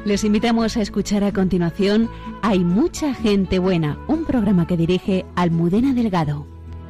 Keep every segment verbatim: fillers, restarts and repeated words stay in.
Les invitamos a escuchar a continuación Hay mucha gente buena, un programa que dirige Almudena Delgado.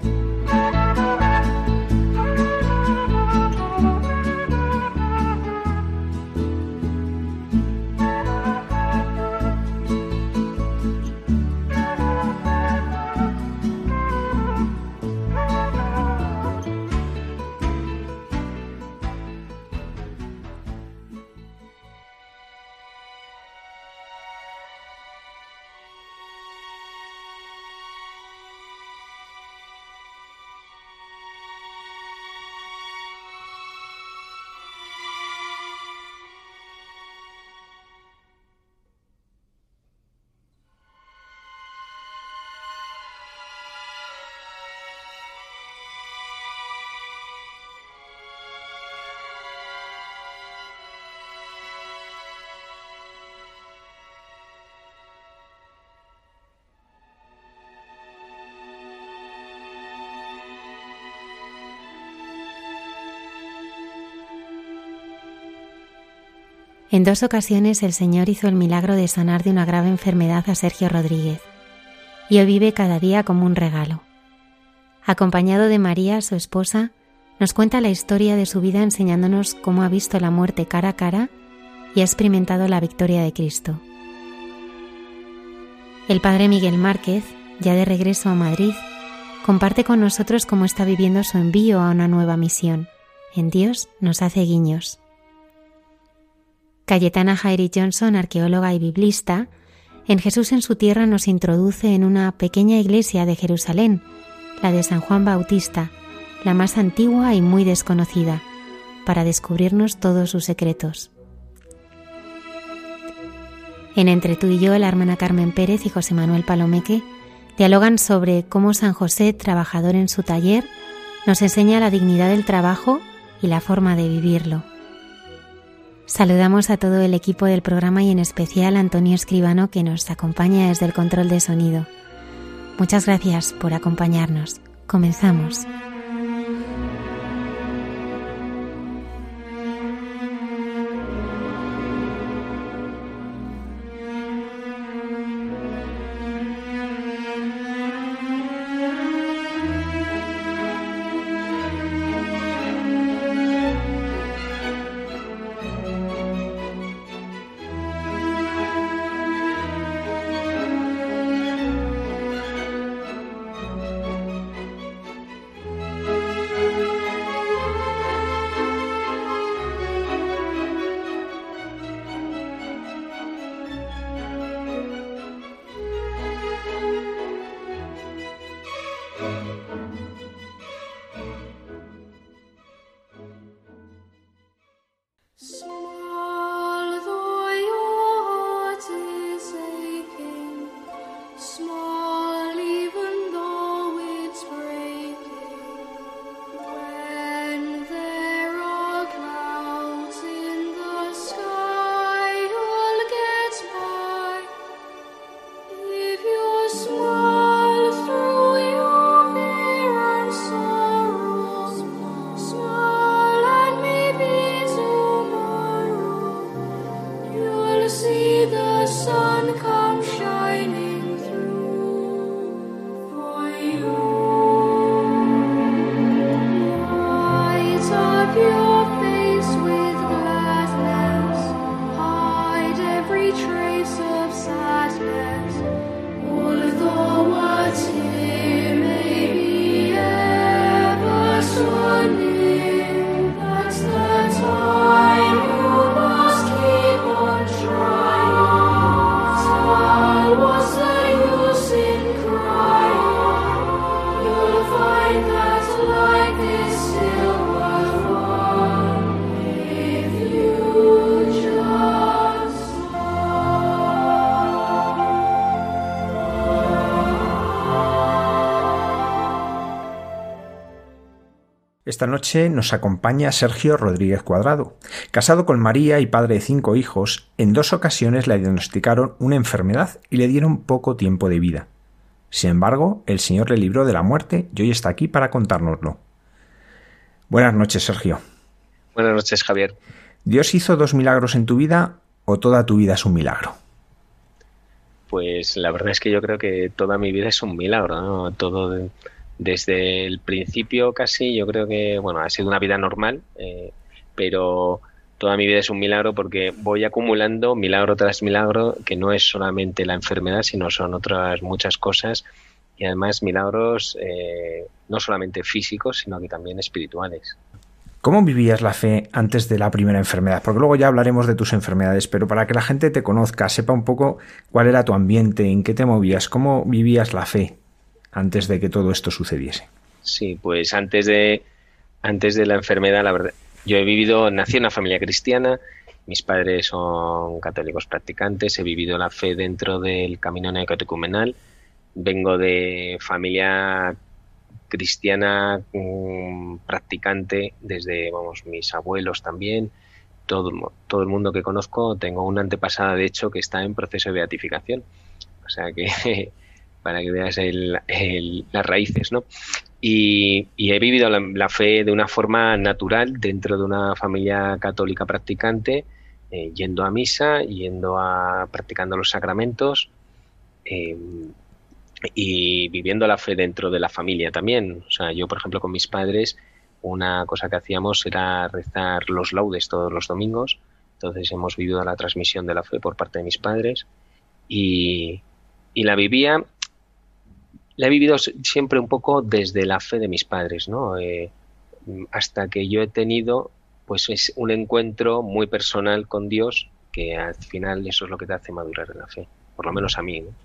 En dos ocasiones el Señor hizo el milagro de sanar de una grave enfermedad a Sergio Rodríguez, y hoy vive cada día como un regalo. Acompañado de María, su esposa, nos cuenta la historia de su vida enseñándonos cómo ha visto la muerte cara a cara y ha experimentado la victoria de Cristo. El padre Miguel Márquez, ya de regreso a Madrid, comparte con nosotros cómo está viviendo su envío a una nueva misión. En Dios nos hace guiños. Cayetana Jairi Johnson, arqueóloga y biblista, en Jesús en su tierra nos introduce en una pequeña iglesia de Jerusalén, la de San Juan Bautista, la más antigua y muy desconocida, para descubrirnos todos sus secretos. En Entre tú y yo, la hermana Carmen Pérez y José Manuel Palomeque dialogan sobre cómo San José, trabajador en su taller, nos enseña la dignidad del trabajo y la forma de vivirlo. Saludamos a todo el equipo del programa y en especial a Antonio Escribano, que nos acompaña desde el control de sonido. Muchas gracias por acompañarnos. Comenzamos. Esta noche nos acompaña Sergio Rodríguez Cuadrado. Casado con María y padre de cinco hijos, en dos ocasiones le diagnosticaron una enfermedad y le dieron poco tiempo de vida. Sin embargo, el Señor le libró de la muerte y hoy está aquí para contárnoslo. Buenas noches, Sergio. Buenas noches, Javier. Dios hizo dos milagros en tu vida o toda tu vida es un milagro? Pues la verdad es que yo creo que toda mi vida es un milagro, ¿no? Todo de, desde el principio casi, yo creo que, bueno, ha sido una vida normal, eh, pero toda mi vida es un milagro porque voy acumulando milagro tras milagro, que no es solamente la enfermedad, sino son otras muchas cosas, y además milagros eh, no solamente físicos, sino que también espirituales. ¿Cómo vivías la fe antes de la primera enfermedad? Porque luego ya hablaremos de tus enfermedades, pero para que la gente te conozca, sepa un poco cuál era tu ambiente, en qué te movías, cómo vivías la fe antes de que todo esto sucediese. Sí, pues antes de, antes de la enfermedad, la verdad, yo he vivido, nací en una familia cristiana, mis padres son católicos practicantes, he vivido la fe dentro del camino neocatecumenal, vengo de familia cristiana mmm, practicante desde, vamos, mis abuelos también, todo, todo el mundo que conozco. Tengo una antepasada, de hecho, que está en proceso de beatificación, o sea que para que veas el, el, las raíces, ¿no? Y, y he vivido la, la fe de una forma natural dentro de una familia católica practicante, eh, yendo a misa, yendo a practicando los sacramentos, eh, y viviendo la fe dentro de la familia también. O sea, yo, por ejemplo, con mis padres, una cosa que hacíamos era rezar los laudes todos los domingos. Entonces hemos vivido la transmisión de la fe por parte de mis padres y, y la vivía, la he vivido siempre un poco desde la fe de mis padres, ¿no? Eh, hasta que yo he tenido, pues, es un encuentro muy personal con Dios, que al final eso es lo que te hace madurar en la fe, por lo menos a mí, ¿no?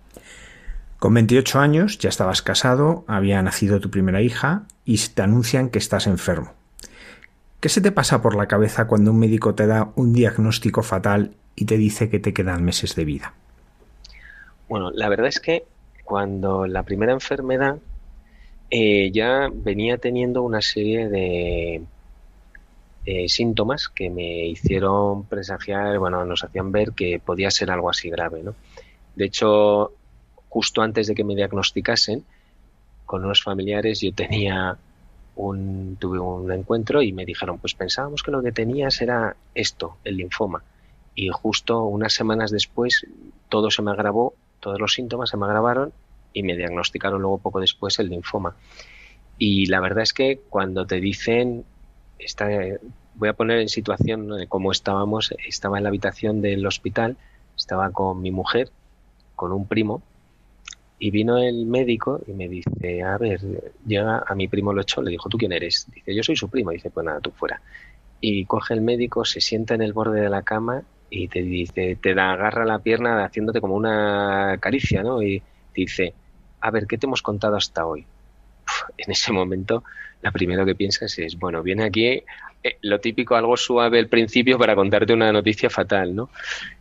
Con veintiocho años ya estabas casado, había nacido tu primera hija y te anuncian que estás enfermo. ¿Qué se te pasa por la cabeza cuando un médico te da un diagnóstico fatal y te dice que te quedan meses de vida? Bueno, la verdad es que cuando la primera enfermedad eh, ya venía teniendo una serie de eh, síntomas que me hicieron presagiar, bueno, nos hacían ver que podía ser algo así grave, ¿no? De hecho, justo antes de que me diagnosticasen, con unos familiares yo tenía un, tuve un encuentro y me dijeron, pues pensábamos que lo que tenías era esto, el linfoma. Y justo unas semanas después todo se me agravó, todos los síntomas se me agravaron y me diagnosticaron luego poco después el linfoma. Y la verdad es que cuando te dicen, está, voy a poner en situación, ¿no?, de cómo estábamos, estaba en la habitación del hospital, estaba con mi mujer, con un primo, y vino el médico y me dice, a ver, llega a mi primo, lo echó, le dijo, ¿tú quién eres? Dice, yo soy su primo. Dice, pues nada, tú fuera. Y coge el médico, se sienta en el borde de la cama y te dice, te da, agarra la pierna haciéndote como una caricia, ¿no? Y dice, a ver, ¿qué te hemos contado hasta hoy? Uf, en ese momento, lo primero que piensas es, bueno, viene aquí eh, lo típico, algo suave al principio para contarte una noticia fatal, ¿no?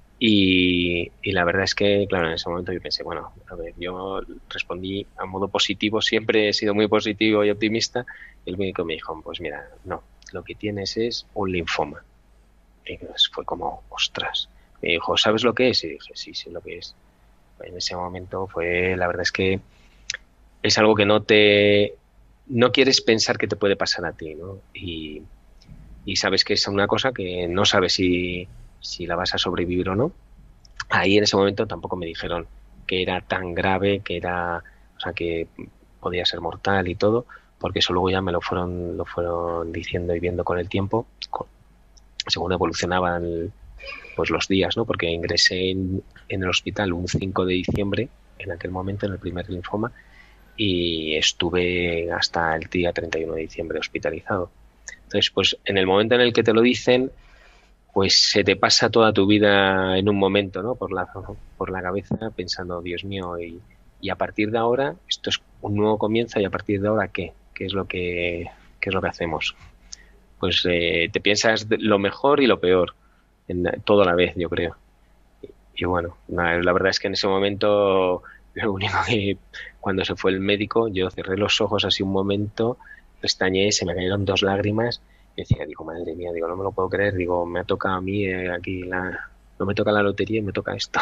Y, y la verdad es que, claro, en ese momento yo pensé, bueno, a ver, yo respondí a modo positivo, siempre he sido muy positivo y optimista. Y el médico me dijo, pues mira, no, lo que tienes es un linfoma. Y pues fue como, ostras. Me dijo, ¿sabes lo que es? Y dije, sí, sé lo que es. En ese momento fue, la verdad es que es algo que no te, no quieres pensar que te puede pasar a ti, ¿no? Y, y sabes que es una cosa que no sabes si... si la vas a sobrevivir o no. Ahí en ese momento tampoco me dijeron que era tan grave, que era, o sea, que podía ser mortal y todo, porque eso luego ya me lo fueron, lo fueron diciendo y viendo con el tiempo, con, según evolucionaban pues los días, ¿no? Porque ingresé en, en el hospital un cinco de diciembre, en aquel momento, en el primer linfoma, y estuve hasta el día treinta y uno de diciembre hospitalizado. Entonces, pues en el momento en el que te lo dicen, pues se te pasa toda tu vida en un momento, ¿no? Por la, por la cabeza, pensando, Dios mío, y, y a partir de ahora, esto es un nuevo comienzo, y a partir de ahora, ¿qué? ¿Qué es lo que, qué es lo que hacemos? Pues eh, te piensas lo mejor y lo peor, en, todo a la vez, yo creo. Y, y bueno, la, la verdad es que en ese momento, lo único que, cuando se fue el médico, yo cerré los ojos así un momento, pestañeé, se me cayeron dos lágrimas. Y decía, digo, madre mía, digo, no me lo puedo creer, digo, me ha tocado a mí eh, aquí, la, no me toca la lotería y me toca esto.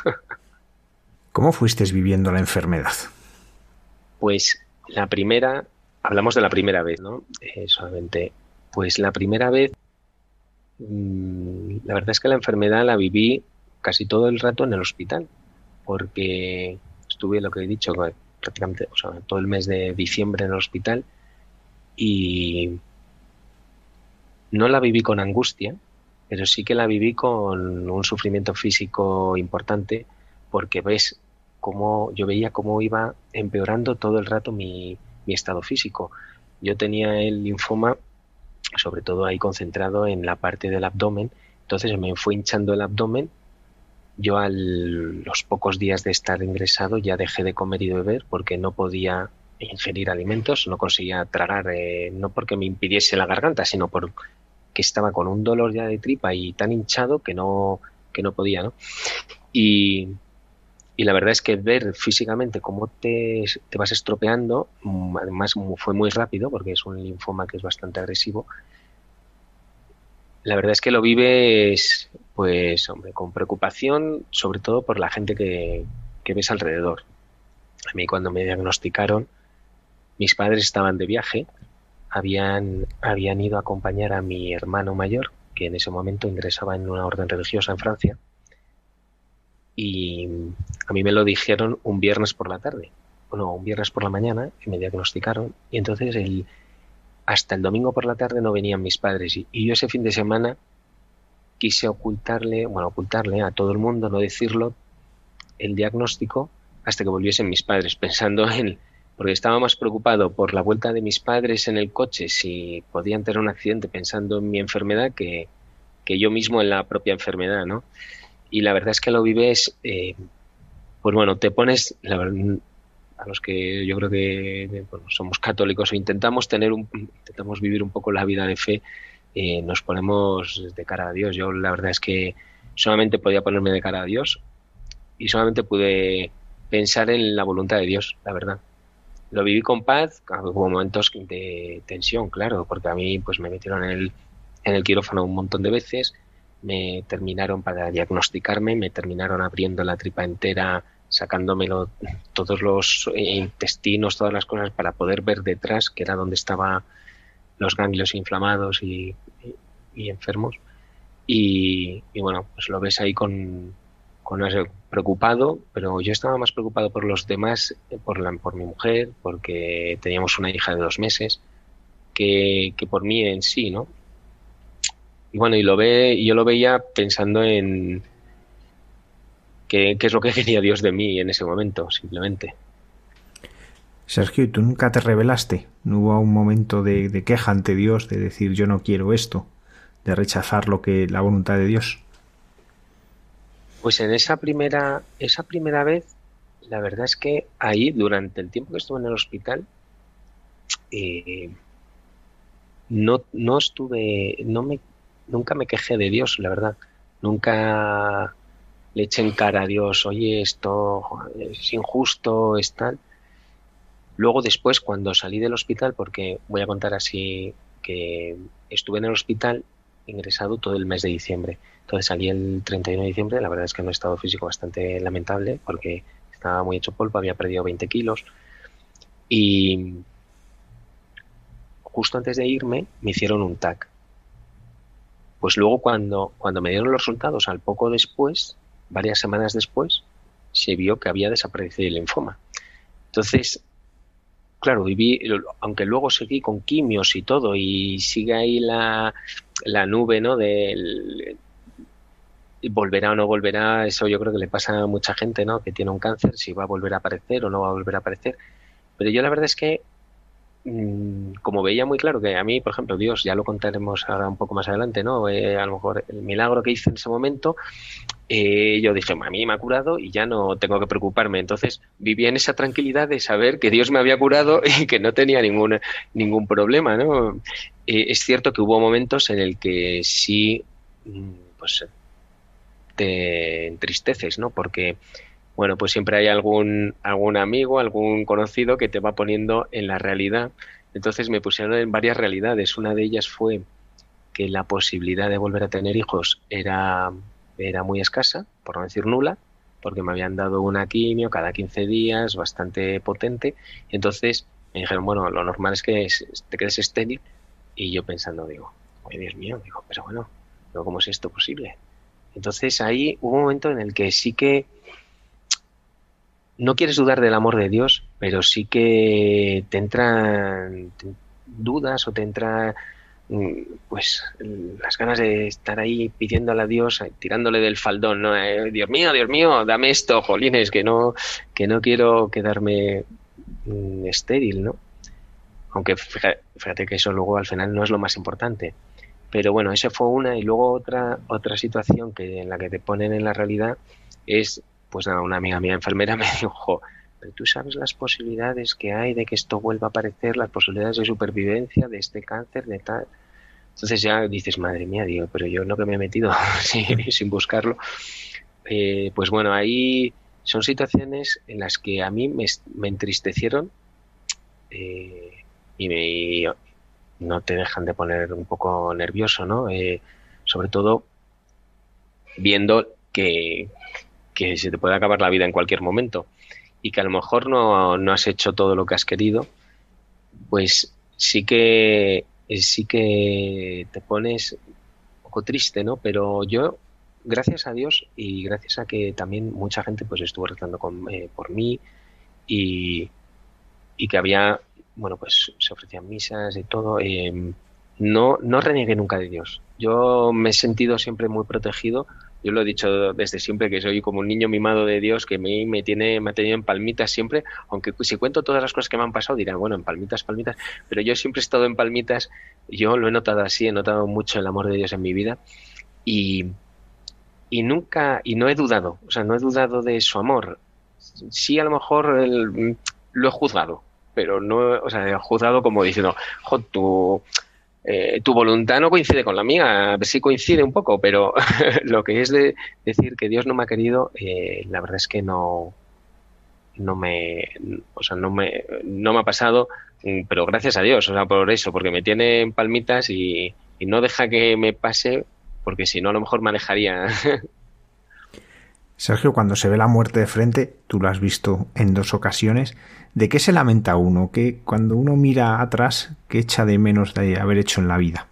¿Cómo fuiste viviendo la enfermedad? Pues la primera, hablamos de la primera vez, ¿no? Eh, solamente, pues la primera vez la verdad es que la enfermedad la viví casi todo el rato en el hospital, porque estuve, lo que he dicho, prácticamente, o sea, todo el mes de diciembre en el hospital, y no la viví con angustia, pero sí que la viví con un sufrimiento físico importante, porque ves cómo yo veía cómo iba empeorando todo el rato mi, mi estado físico. Yo tenía el linfoma, sobre todo ahí concentrado en la parte del abdomen, entonces me fue hinchando el abdomen. Yo a los pocos días de estar ingresado ya dejé de comer y de beber porque no podía ingerir alimentos, no conseguía tragar, eh, no porque me impidiese la garganta, sino porque estaba con un dolor ya de tripa y tan hinchado que no, que no podía, ¿no? Y, y la verdad es que ver físicamente cómo te, te vas estropeando, además fue muy rápido porque es un linfoma que es bastante agresivo. La verdad es que lo vives, pues, hombre, con preocupación, sobre todo por la gente que, que ves alrededor. A mí cuando me diagnosticaron, mis padres estaban de viaje, habían, habían ido a acompañar a mi hermano mayor, que en ese momento ingresaba en una orden religiosa en Francia, y a mí me lo dijeron un viernes por la tarde, no, un viernes por la mañana, y me diagnosticaron, y entonces el, hasta el domingo por la tarde no venían mis padres, y, y yo ese fin de semana quise ocultarle, bueno, ocultarle a todo el mundo, no decirlo, el diagnóstico hasta que volviesen mis padres, pensando en, porque estaba más preocupado por la vuelta de mis padres en el coche, si podían tener un accidente, pensando en mi enfermedad, que, que yo mismo en la propia enfermedad, ¿no? Y la verdad es que lo vives, eh, pues bueno, te pones, la verdad, a los que yo creo que bueno, somos católicos o intentamos tener un, intentamos vivir un poco la vida de fe, eh, nos ponemos de cara a Dios. Yo la verdad es que solamente podía ponerme de cara a Dios y solamente pude pensar en la voluntad de Dios, la verdad. Lo viví con paz, hubo momentos de tensión, claro, porque a mí pues me metieron en el, en el quirófano un montón de veces, me terminaron para diagnosticarme, me terminaron abriendo la tripa entera, sacándomelo todos los intestinos, todas las cosas para poder ver detrás, que era donde estaban los ganglios inflamados y, y, y enfermos. Y, y bueno, pues lo ves ahí con, con ese preocupado, pero yo estaba más preocupado por los demás, por, la, por mi mujer, porque teníamos una hija de dos meses, que, que por mí en sí, ¿no? Y bueno, y lo ve, y yo lo veía pensando en qué, qué es lo que quería Dios de mí en ese momento, simplemente. Sergio, ¿tú nunca te rebelaste? ¿No hubo un momento de, de queja ante Dios, de decir yo no quiero esto, de rechazar lo que la voluntad de Dios? Pues en esa primera, esa primera vez, la verdad es que ahí, durante el tiempo que estuve en el hospital, eh, no, no estuve, no me, nunca me quejé de Dios, la verdad. Nunca le eché en cara a Dios, oye, esto es injusto, es tal. Luego después, cuando salí del hospital, porque voy a contar así, que estuve en el hospital ingresado todo el mes de diciembre. Entonces salí el treinta y uno de diciembre, la verdad es que en un estado físico bastante lamentable, porque estaba muy hecho polvo, había perdido veinte kilos. Y justo antes de irme, me hicieron un T A C. Pues luego cuando, cuando me dieron los resultados, al poco después, varias semanas después, se vio que había desaparecido el linfoma. Entonces, claro, viví, aunque luego seguí con quimios y todo, y sigue ahí la, la nube, ¿no? Del volverá o no volverá, eso yo creo que le pasa a mucha gente, ¿no? Que tiene un cáncer, si va a volver a aparecer o no va a volver a aparecer. Pero yo la verdad es que, mmm, como veía muy claro que a mí, por ejemplo, Dios, ya lo contaremos ahora un poco más adelante, ¿no? Eh, a lo mejor el milagro que hice en ese momento, eh, yo dije, a mí me ha curado y ya no tengo que preocuparme. Entonces vivía en esa tranquilidad de saber que Dios me había curado y que no tenía ningún, ningún problema, ¿no? Eh, es cierto que hubo momentos en el que sí, pues te entristeces, ¿no? Porque, bueno, pues siempre hay algún, algún amigo, algún conocido que te va poniendo en la realidad. Entonces me pusieron en varias realidades. Una de ellas fue que la posibilidad de volver a tener hijos era, era muy escasa, por no decir nula, porque me habían dado una quimio cada quince días, bastante potente. Entonces me dijeron, bueno, lo normal es que te quedes estéril. Y yo pensando, digo, ay Dios mío, digo, pero bueno, pero ¿cómo es esto posible? Entonces ahí hubo un momento en el que sí que no quieres dudar del amor de Dios, pero sí que te entran dudas o te entran pues las ganas de estar ahí pidiéndole a Dios, tirándole del faldón, ¿no? Eh, Dios mío, Dios mío, dame esto, jolines, que no, que no quiero quedarme mm, estéril, ¿no? Aunque fíjate, fíjate que eso luego al final no es lo más importante. Pero bueno, esa fue una, y luego otra, otra situación que en la que te ponen en la realidad es, pues nada, una amiga mía enfermera me dijo, pero tú sabes las posibilidades que hay de que esto vuelva a aparecer, las posibilidades de supervivencia de este cáncer, de tal. Entonces ya dices, madre mía, digo, pero yo no que me he metido sí, sin buscarlo. Eh, pues bueno, ahí son situaciones en las que a mí me, me entristecieron eh, y me, no te dejan de poner un poco nervioso, ¿no? Eh, sobre todo viendo que, que se te puede acabar la vida en cualquier momento y que a lo mejor no, no has hecho todo lo que has querido, pues sí que sí que te pones un poco triste, ¿no? Pero yo, gracias a Dios y gracias a que también mucha gente pues estuvo rezando con, eh, por mí y, y que había, bueno, pues se ofrecían misas y todo, eh, no, no renegué nunca de Dios. Yo me he sentido siempre muy protegido. Yo lo he dicho desde siempre, que soy como un niño mimado de Dios, que me, me tiene me ha tenido en palmitas siempre, aunque si cuento todas las cosas que me han pasado dirán, bueno, en palmitas, palmitas, pero yo siempre he estado en palmitas. Yo lo he notado así, he notado mucho el amor de Dios en mi vida y, y nunca, y no he dudado, o sea, no he dudado de su amor. Sí, a lo mejor el, lo he juzgado, pero no, o sea, he juzgado como diciendo, jo, tú... Eh, tu voluntad no coincide con la mía, sí coincide un poco, pero lo que es de decir que Dios no me ha querido, eh, la verdad es que no, no me, o sea, no me, no me ha pasado, pero gracias a Dios, o sea, por eso, porque me tiene en palmitas y, y no deja que me pase, porque si no a lo mejor me alejaría. Sergio, cuando se ve la muerte de frente, tú lo has visto en dos ocasiones, ¿de qué se lamenta uno? ¿Qué, cuando uno mira atrás, qué echa de menos de haber hecho en la vida?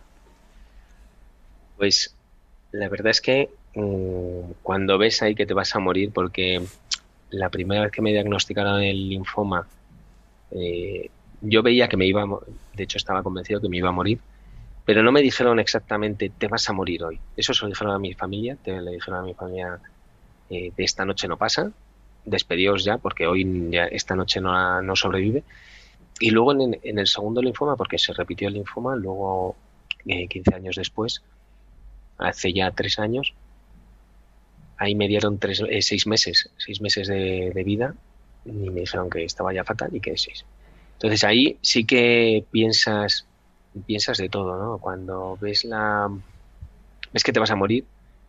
Pues la verdad es que mmm, cuando ves ahí que te vas a morir, porque la primera vez que me diagnosticaron el linfoma, eh, yo veía que me iba a, de hecho estaba convencido que me iba a morir, pero no me dijeron exactamente, te vas a morir hoy. Eso se lo dijeron a mi familia, te, le dijeron a mi familia, eh, de esta noche no pasa, despedíos ya, porque hoy ya esta noche no, no sobrevive. Y luego en, en el segundo linfoma, porque se repitió el linfoma, luego eh, quince años después, hace ya tres años, ahí me dieron tres, eh, seis meses, seis meses de, de vida y me dijeron que estaba ya fatal y que seis. Entonces ahí sí que piensas, piensas de todo, ¿no? Cuando ves la, ves que te vas a morir.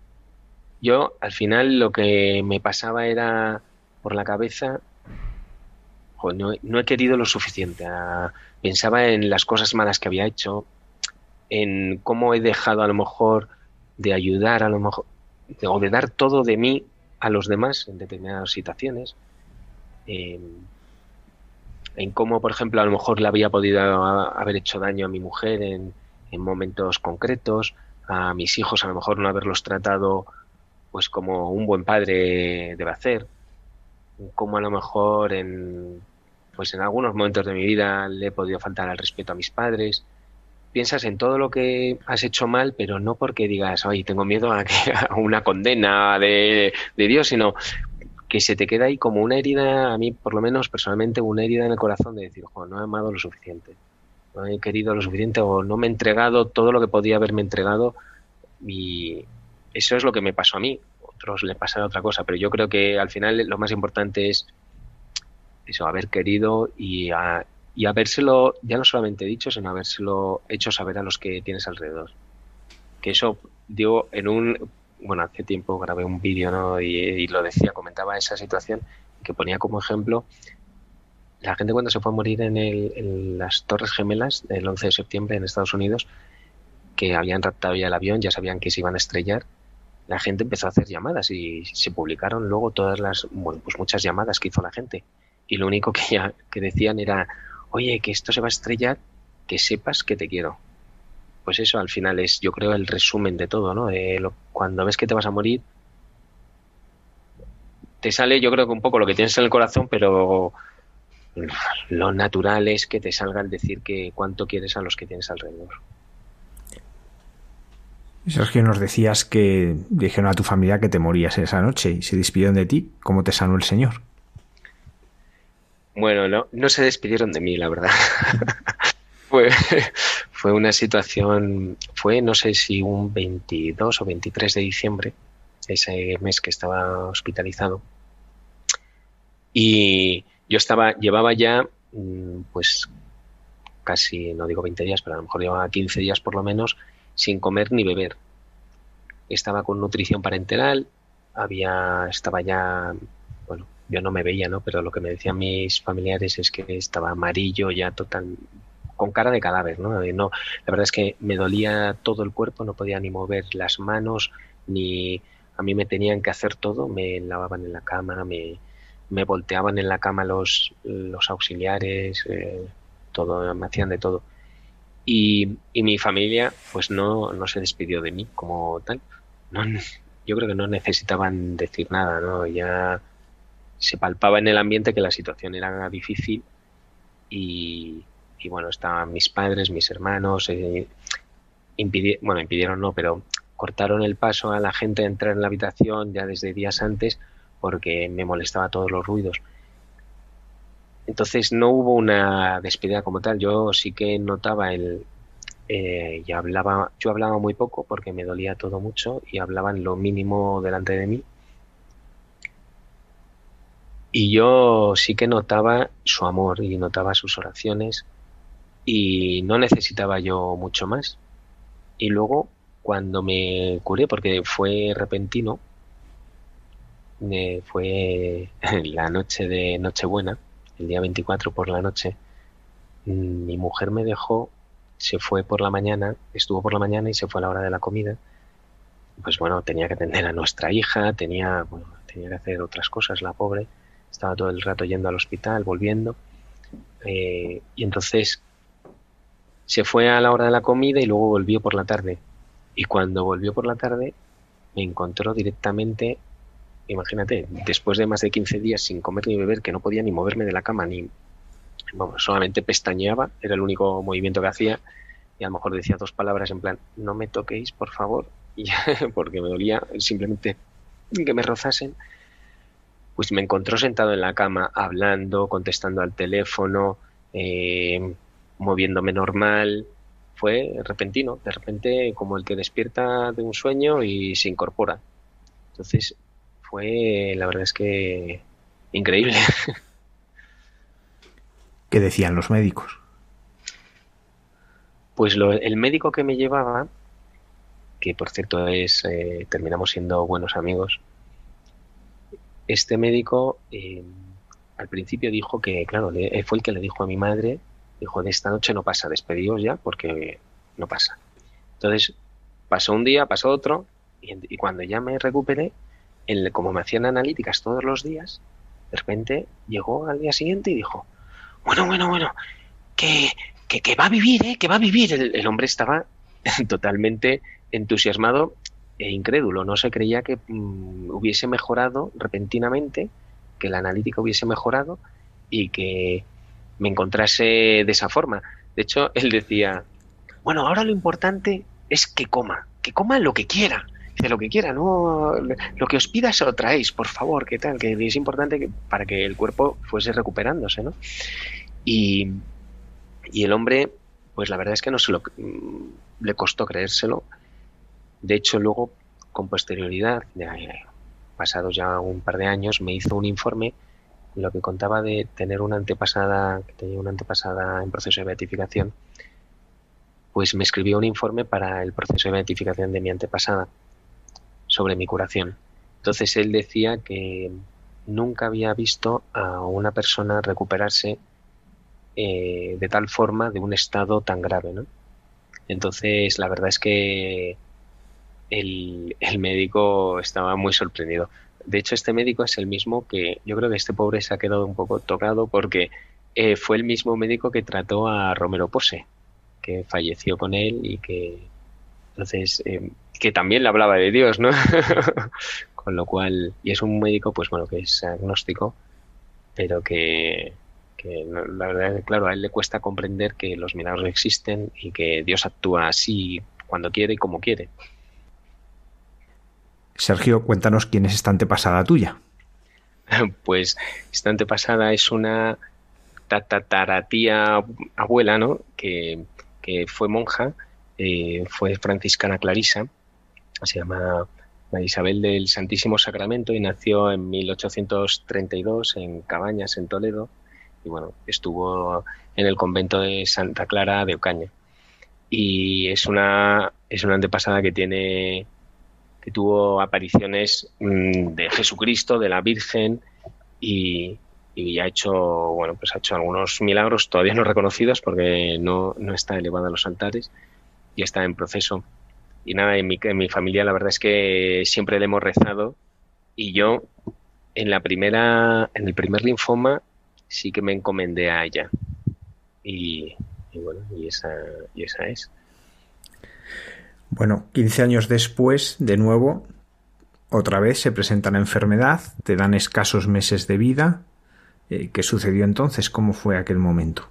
Yo al final lo que me pasaba era por la cabeza, jo, no, no he querido lo suficiente. A, pensaba en las cosas malas que había hecho, en cómo he dejado a lo mejor de ayudar, a lo mejor, de, o de dar todo de mí a los demás en determinadas situaciones. Eh, en cómo, por ejemplo, a lo mejor le había podido haber hecho daño a mi mujer en, en momentos concretos, a mis hijos a lo mejor no haberlos tratado pues como un buen padre debe hacer, como a lo mejor en pues en algunos momentos de mi vida le he podido faltar al respeto a mis padres. Piensas en todo lo que has hecho mal, pero no porque digas, ay, tengo miedo a, que, a una condena de, de Dios, sino que se te queda ahí como una herida, a mí por lo menos personalmente, una herida en el corazón de decir, jo, no he amado lo suficiente, no he querido lo suficiente o no me he entregado todo lo que podía haberme entregado, y eso es lo que me pasó a mí. Otros le pasará otra cosa, pero yo creo que al final lo más importante es eso, haber querido y, a, y habérselo, ya no solamente dicho, sino habérselo hecho saber a los que tienes alrededor. Que eso, digo, en un... Bueno, hace tiempo grabé un vídeo, ¿no? Y, y lo decía, comentaba esa situación, que ponía como ejemplo la gente cuando se fue a morir en, el, en las Torres Gemelas el once de septiembre en Estados Unidos, que habían raptado ya el avión, ya sabían que se iban a estrellar. La gente empezó a hacer llamadas y se publicaron luego todas las, bueno, pues muchas llamadas que hizo la gente. Y lo único que, ya, que decían era, oye, que esto se va a estrellar, que sepas que te quiero. pues eso al final es, yo creo, el resumen de todo, ¿no? Eh, lo, cuando ves que te vas a morir, te sale, yo creo que un poco lo que tienes en el corazón, pero lo natural es que te salga el decir que cuánto quieres a los que tienes alrededor. Sergio, nos decías que dijeron a tu familia que te morías esa noche y se despidieron de ti. ¿Cómo te sanó el Señor? Bueno, no, no se despidieron de mí, la verdad. fue, fue una situación, fue no sé si un veintidós o veintitrés de diciembre, ese mes que estaba hospitalizado. Y yo estaba, llevaba ya, pues casi, no digo veinte días, pero a lo mejor llevaba quince días por lo menos, sin comer ni beber. Estaba con nutrición parenteral, había, estaba ya, bueno, yo no me veía, ¿no? Pero lo que me decían mis familiares es que estaba amarillo ya total, con cara de cadáver, ¿no? No, la verdad es que me dolía todo el cuerpo, no podía ni mover las manos, ni a mí me tenían que hacer todo, me lavaban en la cama, me, me volteaban en la cama los, los auxiliares, eh, todo, me hacían de todo. Y, y mi familia pues no, no se despidió de mí como tal. No, yo creo que no necesitaban decir nada, ¿no? Ya se palpaba en el ambiente que la situación era difícil y, y bueno, estaban mis padres, mis hermanos, eh, impidi- bueno, impidieron no, pero cortaron el paso a la gente de entrar en la habitación ya desde días antes porque me molestaba todos los ruidos. Entonces no hubo una despedida como tal. Yo sí que notaba el eh, y hablaba, yo hablaba muy poco porque me dolía todo mucho y hablaban lo mínimo delante de mí. Y yo sí que notaba su amor y notaba sus oraciones y no necesitaba yo mucho más. Y luego cuando me curé, porque fue repentino, eh, fue la noche de Nochebuena, el día veinticuatro por la noche, mi mujer me dejó, se fue por la mañana, estuvo por la mañana y se fue a la hora de la comida. Pues bueno, tenía que atender a nuestra hija, tenía, bueno, tenía que hacer otras cosas, la pobre, estaba todo el rato yendo al hospital, volviendo, eh, y entonces se fue a la hora de la comida y luego volvió por la tarde. Y cuando volvió por la tarde me encontró directamente, imagínate, después de más de quince días sin comer ni beber, que no podía ni moverme de la cama, ni, vamos, solamente pestañeaba, era el único movimiento que hacía, y a lo mejor decía dos palabras en plan, no me toquéis, por favor, y porque me dolía simplemente que me rozasen. Pues me encontró sentado en la cama, hablando, contestando al teléfono, eh, moviéndome normal. Fue repentino, de repente como el que despierta de un sueño y se incorpora. Entonces fue, la verdad es que increíble. ¿Qué decían los médicos? Pues lo, el médico que me llevaba, que por cierto es, eh, terminamos siendo buenos amigos, este médico eh, al principio dijo que, claro, le, fue el que le dijo a mi madre, dijo, de esta noche no pasa, despedidos ya porque no pasa. Entonces pasó un día, pasó otro, y, y cuando ya me recuperé, el, como me hacían analíticas todos los días, de repente llegó al día siguiente y dijo, bueno, bueno, bueno, que, que, que va a vivir, ¿eh? Que va a vivir. El, el hombre estaba totalmente entusiasmado e incrédulo, no se creía que mm, hubiese mejorado repentinamente, que la analítica hubiese mejorado y que me encontrase de esa forma. De hecho, él decía, bueno, ahora lo importante es que coma, que coma lo que quiera, dice, lo que quiera, no, lo que os pida se lo traéis, por favor, que tal, que es importante que, para que el cuerpo fuese recuperándose, ¿no? Y, y el hombre, pues la verdad es que no se lo, le costó creérselo. De hecho, luego, con posterioridad, pasados ya un par de años, me hizo un informe en lo que contaba de tener una antepasada, que tenía una antepasada en proceso de beatificación. Pues me escribió un informe para el proceso de beatificación de mi antepasada sobre mi curación. Entonces él decía que nunca había visto a una persona recuperarse eh, de tal forma de un estado tan grave, ¿no? Entonces la verdad es que el, el médico estaba muy sorprendido. De hecho, este médico es el mismo que, yo creo que este pobre se ha quedado un poco tocado porque eh, fue el mismo médico que trató a Romero Pose, que falleció con él y que entonces eh, que también le hablaba de Dios, ¿no? Con lo cual, y es un médico, pues bueno, que es agnóstico, pero que, que no, la verdad es que, claro, a él le cuesta comprender que los milagros existen y que Dios actúa así cuando quiere y como quiere. Sergio, cuéntanos quién es esta antepasada tuya. Pues esta antepasada es una tataratía abuela, ¿no? Que, que fue monja, eh, fue franciscana clarisa, se llama María Isabel del Santísimo Sacramento y nació en mil ochocientos treinta y dos en Cabañas, en Toledo, y bueno, estuvo en el convento de Santa Clara de Ocaña. Y es una, es una antepasada que tiene... que tuvo apariciones mmm, de Jesucristo, de la Virgen, y, y ha hecho, bueno, pues ha hecho algunos milagros todavía no reconocidos porque no, no está elevada a los altares y está en proceso. Y nada, en mi, en mi familia la verdad es que siempre le hemos rezado, y yo en la primera, en el primer linfoma sí que me encomendé a ella. Y, y bueno, y esa, y esa es. Bueno, quince años después, de nuevo, otra vez se presenta la enfermedad, te dan escasos meses de vida. Eh, ¿Qué sucedió entonces? ¿Cómo fue aquel momento?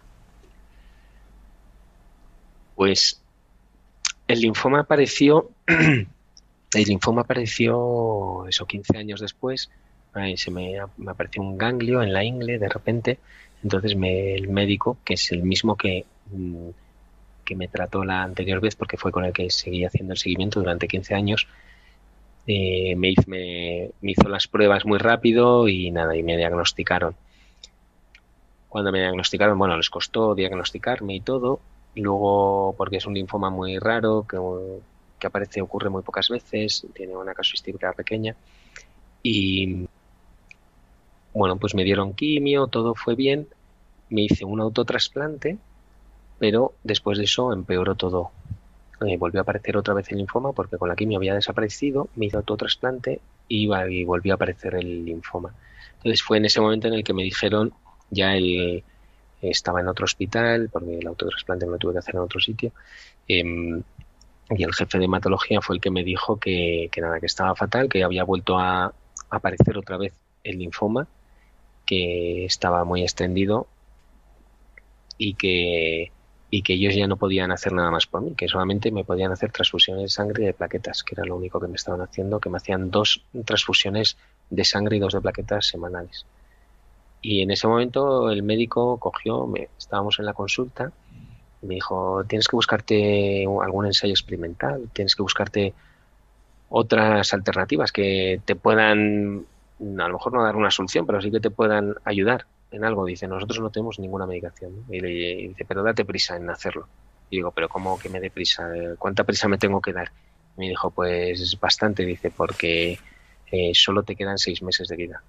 Pues el linfoma apareció, el linfoma apareció, eso, quince años después. Ahí se me, me apareció un ganglio en la ingle de repente. Entonces me, el médico, que es el mismo que... Mmm, que me trató la anterior vez, porque fue con el que seguí haciendo el seguimiento durante quince años, eh, me, hizo, me, me hizo las pruebas muy rápido y nada, y me diagnosticaron. Cuando me diagnosticaron, bueno, les costó diagnosticarme y todo, y luego, porque es un linfoma muy raro, que, que aparece, ocurre muy pocas veces, tiene una casuística pequeña, y bueno, pues me dieron quimio, todo fue bien, me hice un autotrasplante, pero después de eso empeoró todo. Eh, volvió a aparecer otra vez el linfoma porque con la quimio había desaparecido, me hizo autotrasplante y, y volvió a aparecer el linfoma. Entonces fue en ese momento en el que me dijeron, ya él estaba en otro hospital, porque el autotrasplante me lo tuve que hacer en otro sitio, eh, y el jefe de hematología fue el que me dijo que, que nada, que estaba fatal, que había vuelto a aparecer otra vez el linfoma, que estaba muy extendido y que y que ellos ya no podían hacer nada más por mí, que solamente me podían hacer transfusiones de sangre y de plaquetas, que era lo único que me estaban haciendo, que me hacían dos transfusiones de sangre y dos de plaquetas semanales. Y en ese momento el médico cogió, me, estábamos en la consulta, y me dijo, tienes que buscarte algún ensayo experimental, tienes que buscarte otras alternativas que te puedan, a lo mejor no dar una solución, pero sí que te puedan ayudar en algo. Dice, nosotros no tenemos ninguna medicación, ¿no? Y le y dice, pero date prisa en hacerlo. Y digo, pero ¿cómo que me dé prisa? ¿Cuánta prisa me tengo que dar? Y me dijo, pues bastante, dice, porque eh, solo te quedan seis meses de vida.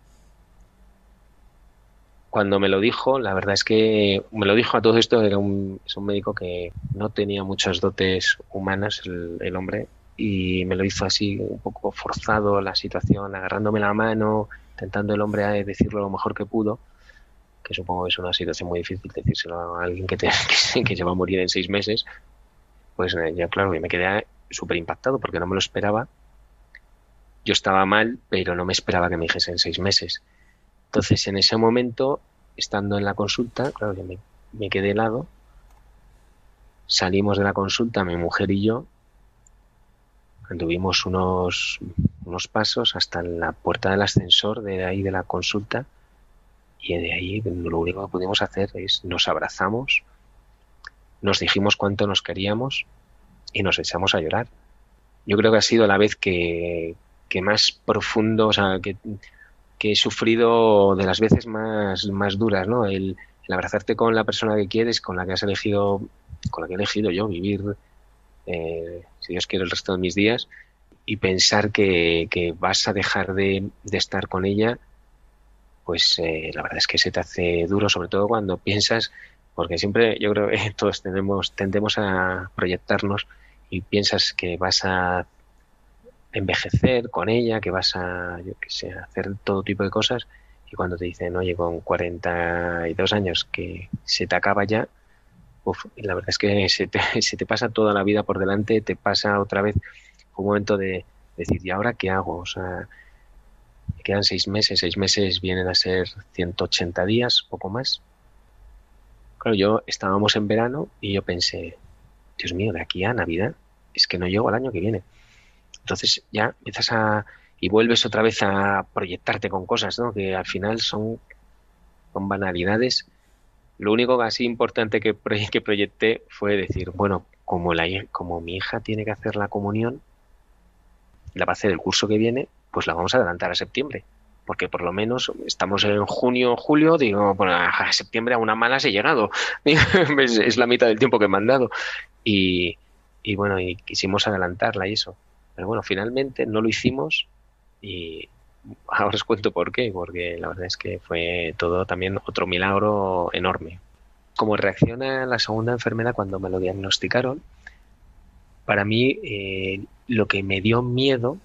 Cuando me lo dijo, la verdad es que me lo dijo a todo esto, era un, es un médico que no tenía muchas dotes humanas, el, el hombre, y me lo hizo así un poco forzado la situación, agarrándome la mano, intentando el hombre a decirlo lo mejor que pudo, que supongo que es una situación muy difícil decírselo a alguien que, te, que, que se va a morir en seis meses, pues ya claro, me quedé súper impactado porque no me lo esperaba. Yo estaba mal, pero no me esperaba que me dijese en seis meses. Entonces, en ese momento, estando en la consulta, claro, yo me, me quedé helado, salimos de la consulta, mi mujer y yo, anduvimos unos, unos pasos hasta la puerta del ascensor de ahí de la consulta, y de ahí lo único que pudimos hacer es nos abrazamos, nos dijimos cuánto nos queríamos y nos echamos a llorar. Yo creo que ha sido la vez que, que más profundo, o sea, que, que he sufrido de las veces más, más duras, ¿no? El, el abrazarte con la persona que quieres, con la que has elegido, con la que he elegido yo vivir, eh, si Dios quiere, el resto de mis días, y pensar que, que vas a dejar de, de estar con ella, pues eh, la verdad es que se te hace duro, sobre todo cuando piensas, porque siempre yo creo que todos tendemos, tendemos a proyectarnos y piensas que vas a envejecer con ella, que vas a, yo qué sé, hacer todo tipo de cosas, y cuando te dicen, oye, con cuarenta y dos años que se te acaba ya, uf, la verdad es que se te, se te pasa toda la vida por delante, te pasa otra vez, fue un momento de decir, ¿y ahora qué hago? O sea, me quedan seis meses, seis meses vienen a ser ciento ochenta días, poco más. Claro, yo estábamos en verano y yo pensé, Dios mío, de aquí a Navidad es que no llego al año que viene. Entonces ya empiezas a... y vuelves otra vez a proyectarte con cosas, ¿no? Que al final son, son banalidades. Lo único así importante que, que proyecté fue decir, bueno, como, la, como mi hija tiene que hacer la comunión, la va a hacer el curso que viene, pues la vamos a adelantar a septiembre. Porque por lo menos estamos en junio, julio, digo, bueno, a septiembre a una mala he llegado. es, es la mitad del tiempo que me han dado. Y, y bueno, y quisimos adelantarla y eso. Pero bueno, finalmente no lo hicimos y ahora os cuento por qué, porque la verdad es que fue todo también otro milagro enorme. Como reacción a la segunda enfermedad cuando me lo diagnosticaron, para mí eh, lo que me dio miedo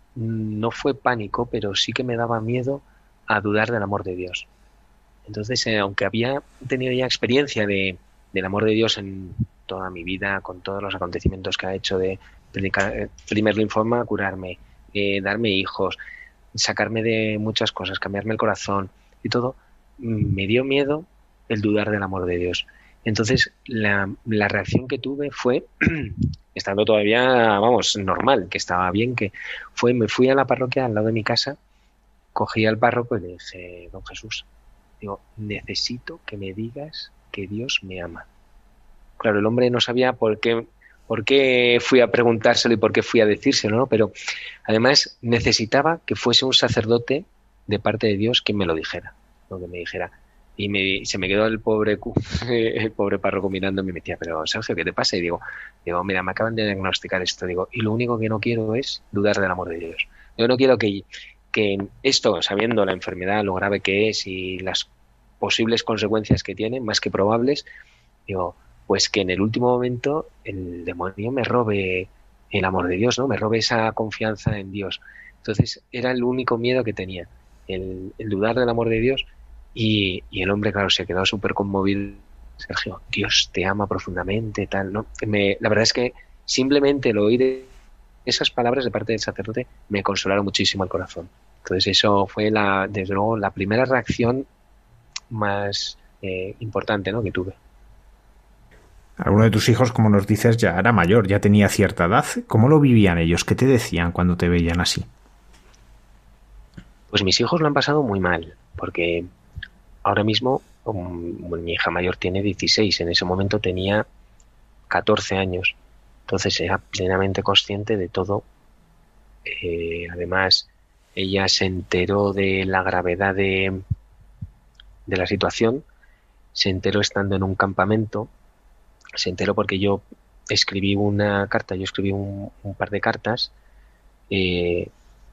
no fue pánico, pero sí que me daba miedo a dudar del amor de Dios. Entonces, eh, aunque había tenido ya experiencia de, del amor de Dios en toda mi vida, con todos los acontecimientos que ha hecho de predicar, primer linfoma, curarme, eh, darme hijos, sacarme de muchas cosas, cambiarme el corazón y todo, me dio miedo el dudar del amor de Dios. Entonces, la, la reacción que tuve fue, estando todavía, vamos, normal, que estaba bien, que fue, me fui a la parroquia al lado de mi casa, cogí al párroco y le dije, don Jesús, digo, necesito que me digas que Dios me ama. Claro, el hombre no sabía por qué, por qué fui a preguntárselo y por qué fui a decírselo, ¿no? Pero además necesitaba que fuese un sacerdote de parte de Dios quien me lo dijera, ¿no? Que me dijera. Y me, se me quedó el pobre el pobre párroco mirándome y me decía, pero Sergio, ¿qué te pasa? Y digo, digo, mira, me acaban de diagnosticar esto, digo, y lo único que no quiero es dudar del amor de Dios. Yo no quiero que, que esto, sabiendo la enfermedad, lo grave que es y las posibles consecuencias que tiene, más que probables, digo, pues que en el último momento el demonio me robe el amor de Dios, ¿no? Me robe esa confianza en Dios. Entonces era el único miedo que tenía, el, el dudar del amor de Dios. Y, y el hombre, claro, se quedó súper conmovido. Sergio, Dios te ama profundamente, tal, ¿no? Me, la verdad es que simplemente el oír esas palabras de parte del sacerdote me consolaron muchísimo el corazón. Entonces eso fue, la, desde luego, la primera reacción más eh, importante, ¿no?, que tuve. Alguno de tus hijos, como nos dices, ya era mayor, ya tenía cierta edad. ¿Cómo lo vivían ellos? ¿Qué te decían cuando te veían así? Pues mis hijos lo han pasado muy mal, porque ahora mismo um, mi hija mayor tiene dieciséis, en ese momento tenía catorce años, entonces era plenamente consciente de todo. Eh, además, ella se enteró de la gravedad de, de la situación, se enteró estando en un campamento, se enteró porque yo escribí una carta, yo escribí un, un par de cartas eh,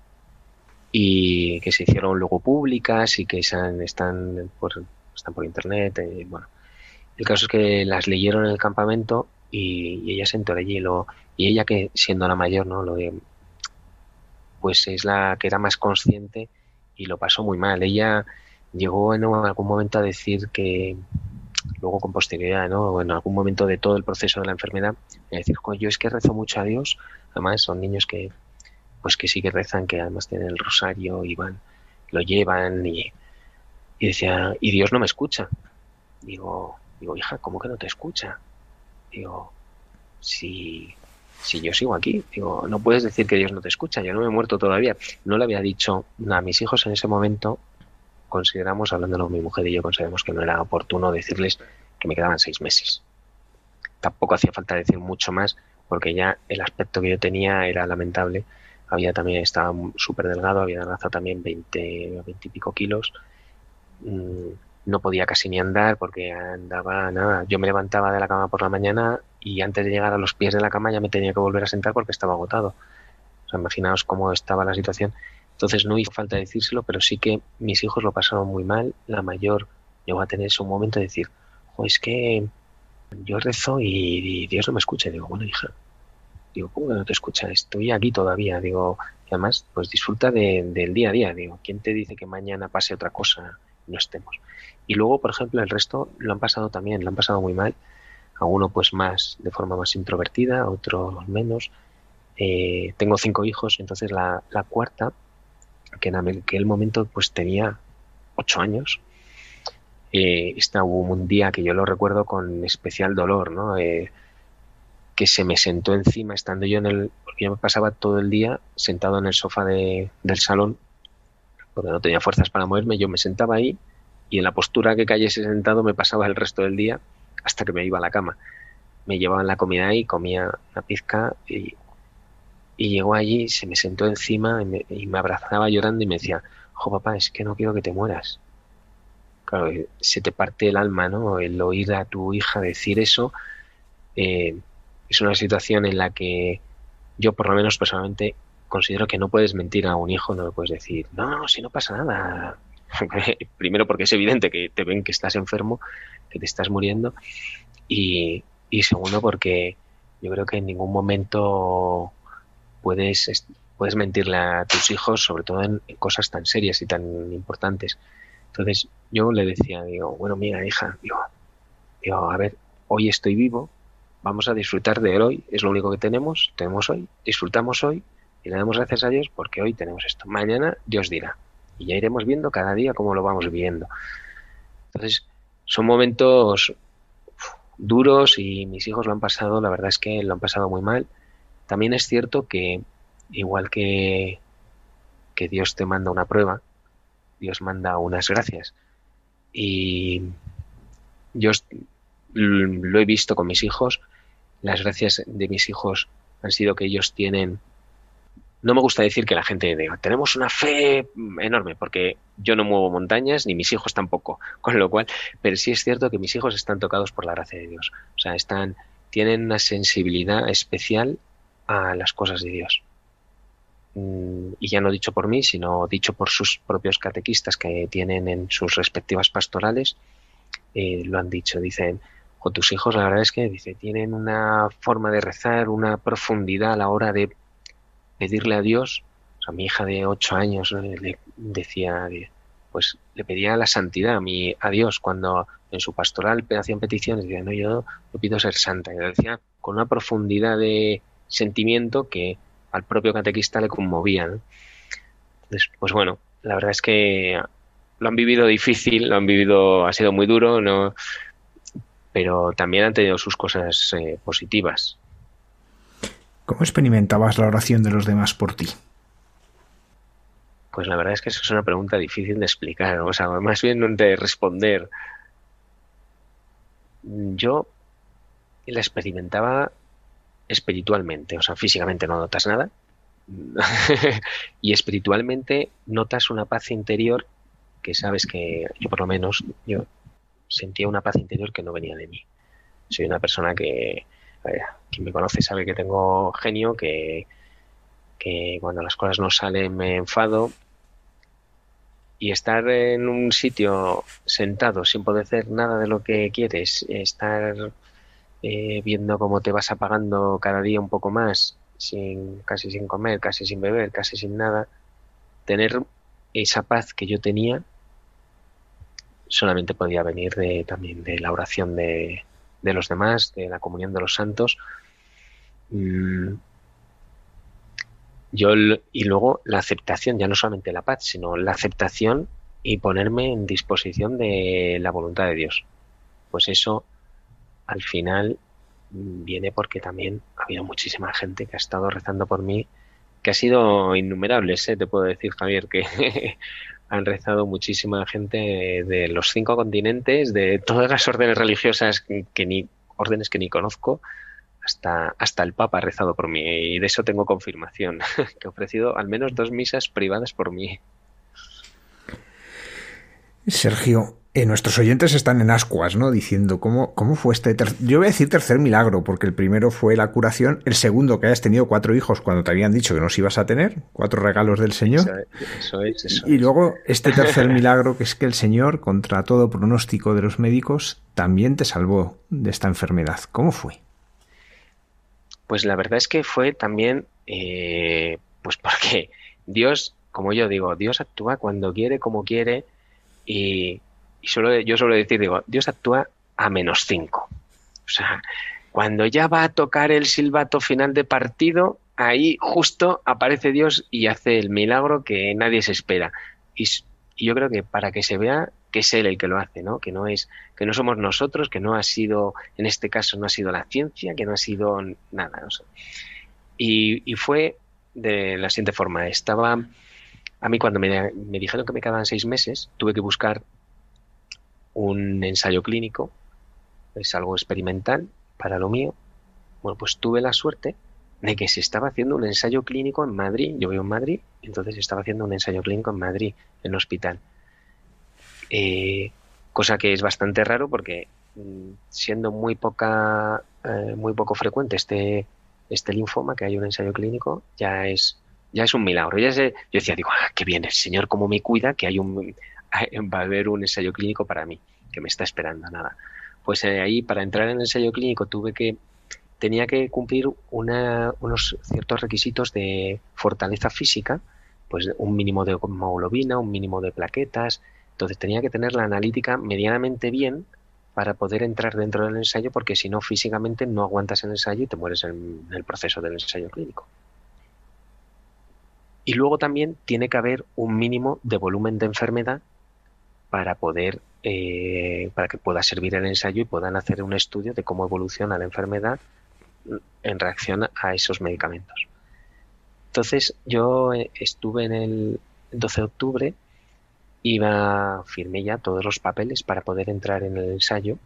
y que se hicieron luego públicas y que están, están, por, están por internet. Eh, bueno, el caso es que las leyeron en el campamento y, y ella se enteró allí. Lo, y ella, que siendo la mayor, ¿no?, lo de, pues es la que era más consciente y lo pasó muy mal. Ella llegó en algún momento a decir que, luego con posterioridad, ¿no?, en algún momento de todo el proceso de la enfermedad, a decir, yo es que rezo mucho a Dios. Además son niños que pues que sí que rezan, que además tienen el rosario y van, lo llevan y, y decía, y Dios no me escucha. Digo, digo, hija, ¿cómo que no te escucha? Digo, si, si yo sigo aquí, digo, no puedes decir que Dios no te escucha, yo no me he muerto todavía. No le había dicho a mis hijos en ese momento. Consideramos, hablándolo mi mujer y yo, consideramos que no era oportuno decirles que me quedaban seis meses. Tampoco hacía falta decir mucho más, porque ya el aspecto que yo tenía era lamentable. Había también, estaba súper delgado, había adelgazado también veinte, veinte y pico kilos. No podía casi ni andar porque andaba nada. Yo me levantaba de la cama por la mañana y antes de llegar a los pies de la cama ya me tenía que volver a sentar porque estaba agotado. O sea, imaginaos cómo estaba la situación. Entonces no hizo falta decírselo, pero sí que mis hijos lo pasaron muy mal. La mayor llegó a tener ese momento de decir, jo, es que yo rezo y, y Dios no me escucha. Y digo, bueno, hija, digo, ¿cómo que no te escucha? Estoy aquí todavía. Digo, y además, pues disfruta de, del día a día. Digo, ¿quién te dice que mañana pase otra cosa y no estemos? Y luego, por ejemplo, el resto lo han pasado también, lo han pasado muy mal. a uno pues más de forma más introvertida, a otro menos. Eh, tengo cinco hijos, entonces la, la cuarta, que en aquel momento pues tenía ocho años, eh, esta hubo un día que yo lo recuerdo con especial dolor, ¿no? Eh, que se me sentó encima estando yo en el... Porque yo me pasaba todo el día sentado en el sofá de, del salón, porque no tenía fuerzas para moverme, yo me sentaba ahí y en la postura que cayese sentado me pasaba el resto del día hasta que me iba a la cama. Me llevaban la comida ahí, comía una pizca y, y llegó allí, se me sentó encima y me, y me abrazaba llorando y me decía, jo papá, es que no quiero que te mueras. Claro, se te parte el alma, ¿no? El oír a tu hija decir eso, eh, es una situación en la que yo por lo menos personalmente considero que no puedes mentir a un hijo, no le puedes decir, no, no, si no pasa nada. Primero porque es evidente que te ven que estás enfermo, que te estás muriendo, y, y segundo porque yo creo que en ningún momento puedes, puedes mentirle a tus hijos, sobre todo en, en cosas tan serias y tan importantes. Entonces yo le decía, digo, bueno, mira hija, digo, digo, a ver, hoy estoy vivo, vamos a disfrutar de hoy, es lo único que tenemos, tenemos hoy, disfrutamos hoy y le damos gracias a Dios porque hoy tenemos esto. Mañana Dios dirá y ya iremos viendo cada día cómo lo vamos viviendo. Entonces son momentos duros y mis hijos lo han pasado, la verdad es que lo han pasado muy mal. También es cierto que igual que, que Dios te manda una prueba, Dios manda unas gracias y yo lo he visto con mis hijos. Las gracias de mis hijos han sido que ellos tienen, no me gusta decir que la gente diga, tenemos una fe enorme, porque yo no muevo montañas, ni mis hijos tampoco, con lo cual, pero sí es cierto que mis hijos están tocados por la gracia de Dios, o sea, están, tienen una sensibilidad especial a las cosas de Dios. Y ya no dicho por mí, sino dicho por sus propios catequistas que tienen en sus respectivas pastorales, eh, lo han dicho, dicen, con tus hijos la verdad es que dice, tienen una forma de rezar, una profundidad a la hora de pedirle a Dios. O sea, mi hija de ocho años le decía, pues le pedía la santidad a, mi, a Dios cuando en su pastoral hacían peticiones, decía, no, yo no pido ser santa, y lo decía con una profundidad de sentimiento que al propio catequista le conmovía, ¿no? Entonces, pues bueno, la verdad es que lo han vivido difícil, lo han vivido, ha sido muy duro, ¿no? Pero también han tenido sus cosas eh, positivas. ¿Cómo experimentabas la oración de los demás por ti? Pues la verdad es que eso es una pregunta difícil de explicar, o sea, más bien de responder. Yo la experimentaba espiritualmente, o sea, físicamente no notas nada y espiritualmente notas una paz interior que sabes que yo por lo menos yo sentía una paz interior que no venía de mí. Soy una persona que, eh, quien me conoce sabe que tengo genio, que, que cuando las cosas no salen me enfado, y estar en un sitio sentado sin poder hacer nada de lo que quieres, estar eh, viendo cómo te vas apagando cada día un poco más, sin casi sin comer, casi sin beber, casi sin nada, tener esa paz que yo tenía solamente podía venir de, también de la oración de, de los demás, de la comunión de los santos. Mm, yo y luego la aceptación, ya no solamente la paz, sino la aceptación y ponerme en disposición de la voluntad de Dios. Pues eso al final viene porque también ha habido muchísima gente que ha estado rezando por mí, que ha sido innumerables, ¿eh? Te puedo decir, Javier, que han rezado muchísima gente de los cinco continentes, de todas las órdenes religiosas que ni órdenes que ni conozco, hasta, hasta el Papa ha rezado por mí, y de eso tengo confirmación, que ha ofrecido al menos dos misas privadas por mí. Sergio, eh, nuestros oyentes están en ascuas, ¿no? Diciendo, ¿cómo, cómo fue este tercer... Yo voy a decir tercer milagro, porque el primero fue la curación, el segundo que hayas tenido cuatro hijos cuando te habían dicho que no los ibas a tener, cuatro regalos del Señor. Eso, eso es, eso y es. luego este tercer milagro, que es que el Señor, contra todo pronóstico de los médicos, también te salvó de esta enfermedad. ¿Cómo fue? Pues la verdad es que fue también, eh, pues porque Dios, como yo digo, Dios actúa cuando quiere, como quiere, y, y solo, yo suelo decir, digo, Dios actúa a menos cinco. O sea, cuando ya va a tocar el silbato final de partido, ahí justo aparece Dios y hace el milagro que nadie se espera. Y, y yo creo que para que se vea que es Él el que lo hace, ¿no? Que no es, que no somos nosotros, que no ha sido, en este caso no ha sido la ciencia, que no ha sido nada. No sé. Y, y fue de la siguiente forma. Estaba, a mí cuando me, me dijeron que me quedaban seis meses, tuve que buscar un ensayo clínico, es algo experimental para lo mío. Bueno, pues tuve la suerte de que se estaba haciendo un ensayo clínico en Madrid. Yo vivo en Madrid, entonces se estaba haciendo un ensayo clínico en Madrid, en el hospital. Eh, cosa que es bastante raro porque siendo muy poca, eh, muy poco frecuente este, este linfoma, que hay un ensayo clínico, ya es, ya es un milagro. Ya es, yo decía, digo, ah, qué bien, el Señor cómo me cuida, que hay un, va a haber un ensayo clínico para mí, que me está esperando, nada. Pues eh, ahí para entrar en el ensayo clínico tuve que tenía que cumplir una, unos ciertos requisitos de fortaleza física, pues un mínimo de hemoglobina, un mínimo de plaquetas. Entonces tenía que tener la analítica medianamente bien para poder entrar dentro del ensayo, porque si no, físicamente no aguantas el ensayo y te mueres en el proceso del ensayo clínico. Y luego también tiene que haber un mínimo de volumen de enfermedad para poder eh, para que pueda servir el ensayo y puedan hacer un estudio de cómo evoluciona la enfermedad en reacción a esos medicamentos. Entonces yo estuve en el doce de octubre, iba, firmé ya todos los papeles para poder entrar en el ensayo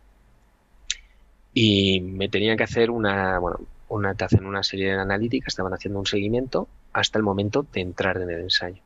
y me tenían que hacer una, bueno, una, te hacen una serie de analíticas, estaban haciendo un seguimiento hasta el momento de entrar en el ensayo.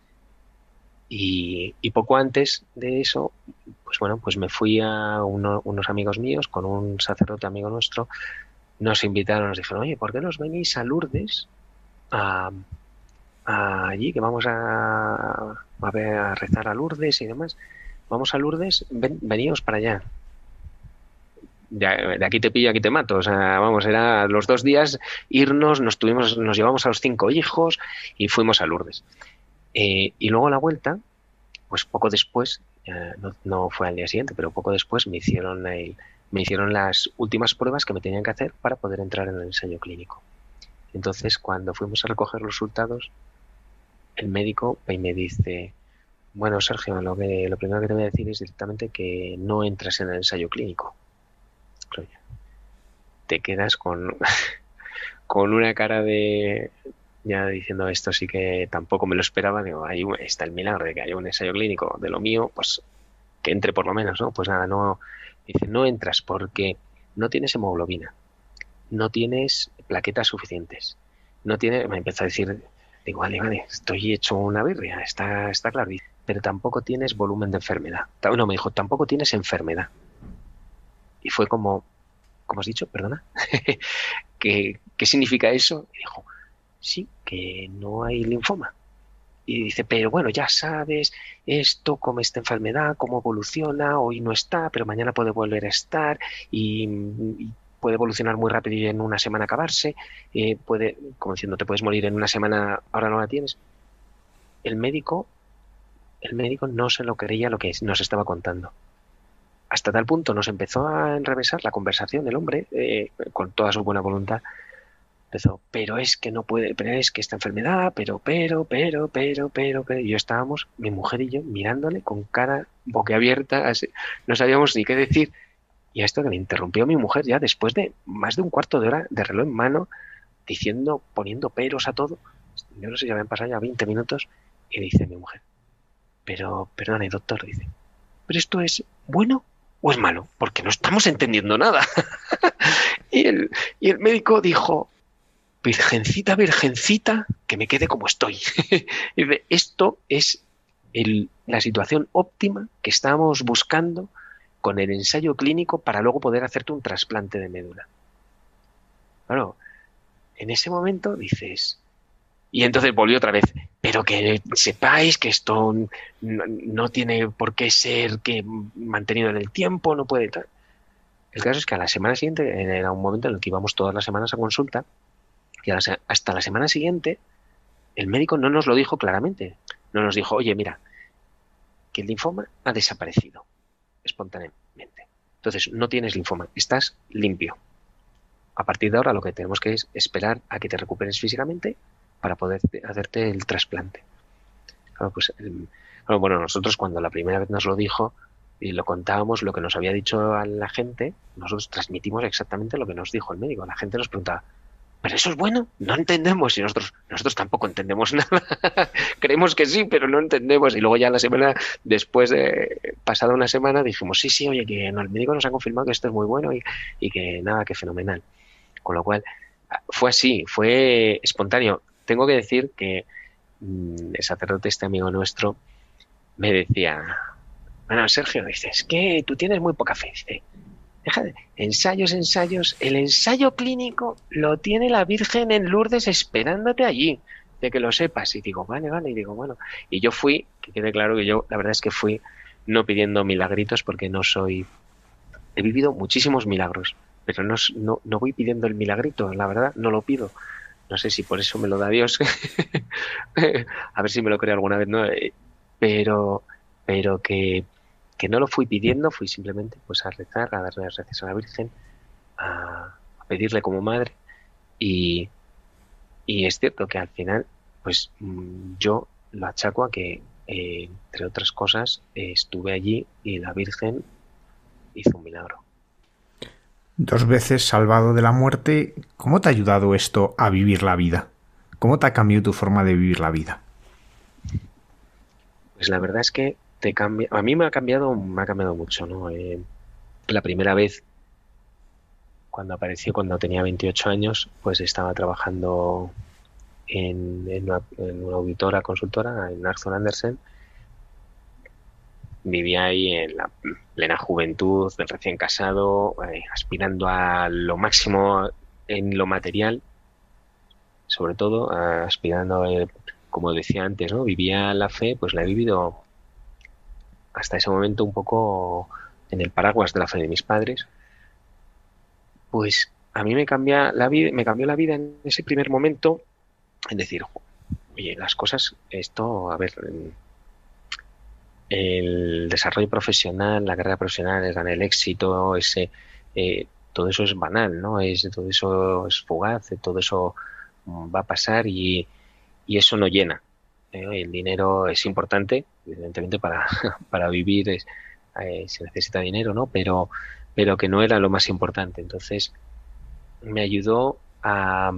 Y, y poco antes de eso, pues bueno, pues me fui a uno, unos amigos míos con un sacerdote amigo nuestro. Nos invitaron, nos dijeron, oye, ¿por qué nos venís a Lourdes a, a allí, que vamos a, a, ver, a rezar a Lourdes y demás? Vamos a Lourdes, ven, veníos para allá. De, de aquí te pillo, aquí te mato. O sea, vamos, era los dos días irnos, nos tuvimos, nos llevamos a los cinco hijos y fuimos a Lourdes. Eh, y luego a la vuelta, pues poco después, eh, no, no fue al día siguiente, pero poco después me hicieron el me hicieron las últimas pruebas que me tenían que hacer para poder entrar en el ensayo clínico. Entonces, cuando fuimos a recoger los resultados, el médico me dice, bueno, Sergio, lo, que, lo primero que te voy a decir es directamente que no entras en el ensayo clínico. Te quedas con, con una cara de... ya diciendo, esto sí que tampoco me lo esperaba. Digo, ahí está el milagro de que haya un ensayo clínico de lo mío, pues que entre por lo menos, ¿no? Pues nada, no... Dice, no entras porque no tienes hemoglobina, no tienes plaquetas suficientes, no tiene, me empezó a decir, digo, vale, vale, estoy hecho una birria, está, está claro, pero tampoco tienes volumen de enfermedad. No, me dijo, tampoco tienes enfermedad. Y fue como, ¿cómo has dicho? Perdona. ¿Qué, ¿Qué significa eso? Y dijo, sí, que no hay linfoma. Y dice, pero bueno, ya sabes esto, cómo esta enfermedad, cómo evoluciona, hoy no está, pero mañana puede volver a estar y, y puede evolucionar muy rápido y en una semana acabarse, eh, puede, como diciendo, te puedes morir en una semana, ahora no la tienes. El médico, el médico no se lo creía lo que nos estaba contando. Hasta tal punto nos empezó a enrevesar la conversación el hombre, eh, con toda su buena voluntad. Empezó, pero es que no puede, pero es que esta enfermedad, pero, pero, pero, pero, pero, pero. Y yo estábamos, mi mujer y yo, mirándole con cara boquiabierta, así, no sabíamos ni qué decir. Y a esto que me interrumpió mi mujer ya después de más de un cuarto de hora de reloj en mano, diciendo, poniendo peros a todo. Yo no sé si habían pasado ya veinte minutos. Y dice mi mujer, pero, perdone, doctor, dice, ¿pero esto es bueno o es malo? Porque no estamos entendiendo nada. y, el, y el médico dijo, virgencita, virgencita, que me quede como estoy. Y dice, esto es el, la situación óptima que estábamos buscando con el ensayo clínico para luego poder hacerte un trasplante de médula. Claro, en ese momento dices... Y entonces volvió otra vez, pero que sepáis que esto no, no tiene por qué ser que mantenido en el tiempo, no puede... El caso es que a la semana siguiente, era un momento en el que íbamos todas las semanas a consulta, y hasta la semana siguiente el médico no nos lo dijo claramente. No nos dijo, oye, mira, que el linfoma ha desaparecido espontáneamente. Entonces, no tienes linfoma, estás limpio. A partir de ahora lo que tenemos que es esperar a que te recuperes físicamente para poder hacerte el trasplante. Claro, pues, el, bueno, nosotros cuando la primera vez nos lo dijo y lo contábamos, lo que nos había dicho a la gente, nosotros transmitimos exactamente lo que nos dijo el médico. La gente nos preguntaba, ¿pero eso es bueno? No entendemos. Y nosotros nosotros tampoco entendemos nada. Creemos que sí, pero no entendemos. Y luego ya la semana, después de pasada una semana, dijimos, sí, sí, oye, que no, el médico nos ha confirmado que esto es muy bueno y, y que nada, que fenomenal. Con lo cual, fue así, fue espontáneo. Tengo que decir que mmm, el sacerdote, este amigo nuestro, me decía, bueno, Sergio, dice, es que tú tienes muy poca fe. Dice, deja de, ensayos, ensayos, el ensayo clínico lo tiene la Virgen en Lourdes esperándote allí, de que lo sepas. Y digo, vale, vale, y digo, bueno. Y yo fui, que quede claro que yo, la verdad es que fui no pidiendo milagritos porque no soy... He vivido muchísimos milagros, pero no, no, no voy pidiendo el milagrito, la verdad, no lo pido. No sé si por eso me lo da Dios. A ver si me lo creo alguna vez, ¿no? Pero, pero que, que no lo fui pidiendo, fui simplemente pues a rezar, a darle las gracias a la Virgen, a, a pedirle como madre. Y, y es cierto que al final, pues yo lo achaco a que, eh, entre otras cosas, eh, estuve allí y la Virgen hizo un milagro. Dos veces salvado de la muerte, ¿cómo te ha ayudado esto a vivir la vida? ¿Cómo te ha cambiado tu forma de vivir la vida? Pues la verdad es que te cambia, a mí me ha cambiado, me ha cambiado mucho, ¿no? Eh, la primera vez, cuando apareció, cuando tenía veintiocho años, pues estaba trabajando en, en, una, en una auditora consultora, en Arthur Andersen. Vivía ahí en la plena juventud, recién casado, eh, aspirando a lo máximo en lo material, sobre todo, eh, aspirando, eh, como decía antes, ¿no? Vivía la fe, pues la he vivido hasta ese momento un poco en el paraguas de la fe de mis padres. Pues a mí me cambia la vida, me cambió la vida en ese primer momento, en decir, oye, las cosas, esto, a ver, el desarrollo profesional, la carrera profesional, el éxito, ese, eh, todo eso es banal, ¿no? Es, todo eso es fugaz, todo eso va a pasar y, y eso no llena. ¿eh? El dinero es importante, evidentemente para, para vivir es, eh, se necesita dinero, ¿no? Pero, pero que no era lo más importante. Entonces me ayudó a,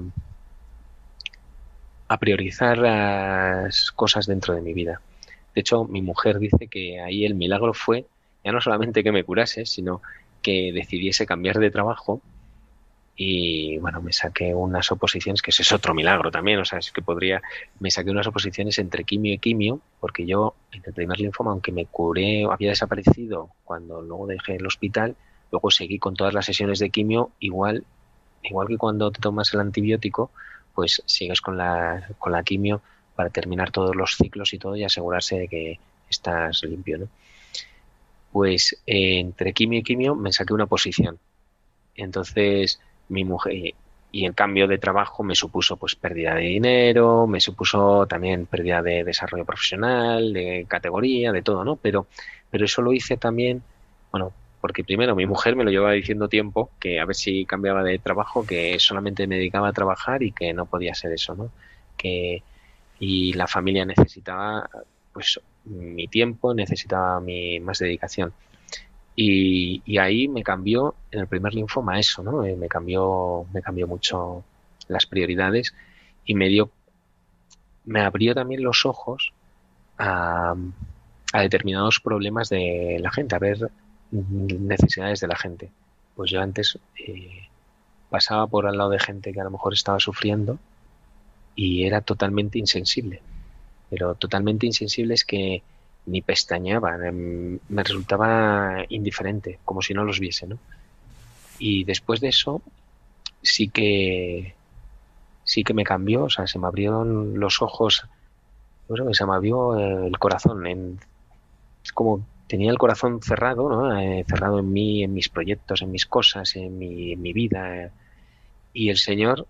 a priorizar las cosas dentro de mi vida. De hecho, mi mujer dice que ahí el milagro fue ya no solamente que me curase, sino que decidiese cambiar de trabajo y, bueno, me saqué unas oposiciones, que ese es otro milagro también, o sea, es que podría, me saqué unas oposiciones entre quimio y quimio, porque yo en el primer linfoma, aunque me curé, había desaparecido cuando luego dejé el hospital, luego seguí con todas las sesiones de quimio, igual, igual que cuando te tomas el antibiótico, pues sigues con la, con la quimio para terminar todos los ciclos y todo y asegurarse de que estás limpio, ¿no? Pues eh, entre quimio y quimio me saqué una posición. Entonces mi mujer y, y el cambio de trabajo me supuso pues pérdida de dinero, me supuso también pérdida de desarrollo profesional, de categoría, de todo, ¿no? Pero, pero eso lo hice también, bueno, porque primero mi mujer me lo llevaba diciendo tiempo, que a ver si cambiaba de trabajo, que solamente me dedicaba a trabajar y que no podía ser eso, ¿no? Que y la familia necesitaba pues mi tiempo, necesitaba mi más dedicación y, y ahí me cambió en el primer linfoma eso, ¿no? Me cambió, me cambió mucho las prioridades y me dio, me abrió también los ojos a, a determinados problemas de la gente, a ver necesidades de la gente. Pues yo antes eh, pasaba por al lado de gente que a lo mejor estaba sufriendo y era totalmente insensible, pero totalmente insensible es que ni pestañeaba, me resultaba indiferente, como si no los viese, ¿no? Y después de eso sí que sí que me cambió, o sea, se me abrieron los ojos, bueno, se me abrió el corazón, en, es como tenía el corazón cerrado, ¿no? Eh, cerrado en mí, en mis proyectos, en mis cosas, en mi, en mi vida, eh, y el Señor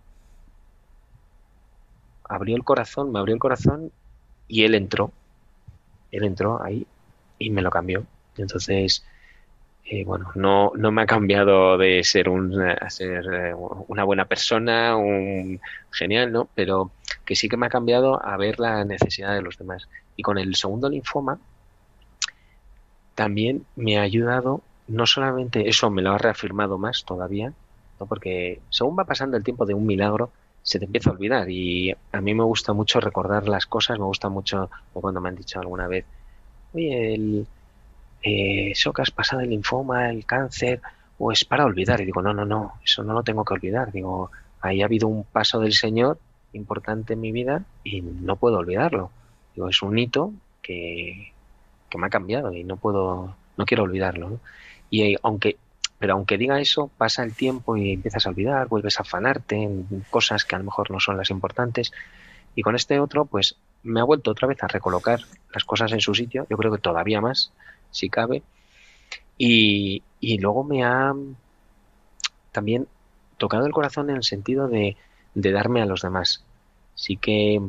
abrió el corazón, me abrió el corazón y él entró, él entró ahí y me lo cambió. Entonces, eh, bueno, no, no me ha cambiado de ser, un, a ser eh, una buena persona, un genial, ¿no? Pero que sí que me ha cambiado a ver la necesidad de los demás. Y con el segundo linfoma también me ha ayudado, no solamente eso me lo ha reafirmado más todavía, ¿no? Porque según va pasando el tiempo de un milagro, se te empieza a olvidar. Y a mí me gusta mucho recordar las cosas, me gusta mucho, o cuando me han dicho alguna vez, oye, el, eh, eso que has pasado, el linfoma, el cáncer, o es para olvidar. Y digo, no, no, no, eso no lo tengo que olvidar. Digo, ahí ha habido un paso del Señor importante en mi vida y no puedo olvidarlo. Digo, es un hito que, que me ha cambiado y no puedo, no quiero olvidarlo, ¿no? Y aunque, pero aunque diga eso, pasa el tiempo y empiezas a olvidar, vuelves a afanarte en cosas que a lo mejor no son las importantes. Y con este otro, pues me ha vuelto otra vez a recolocar las cosas en su sitio, yo creo que todavía más, si cabe. Y, y luego me ha también tocado el corazón en el sentido de, de darme a los demás. Sí que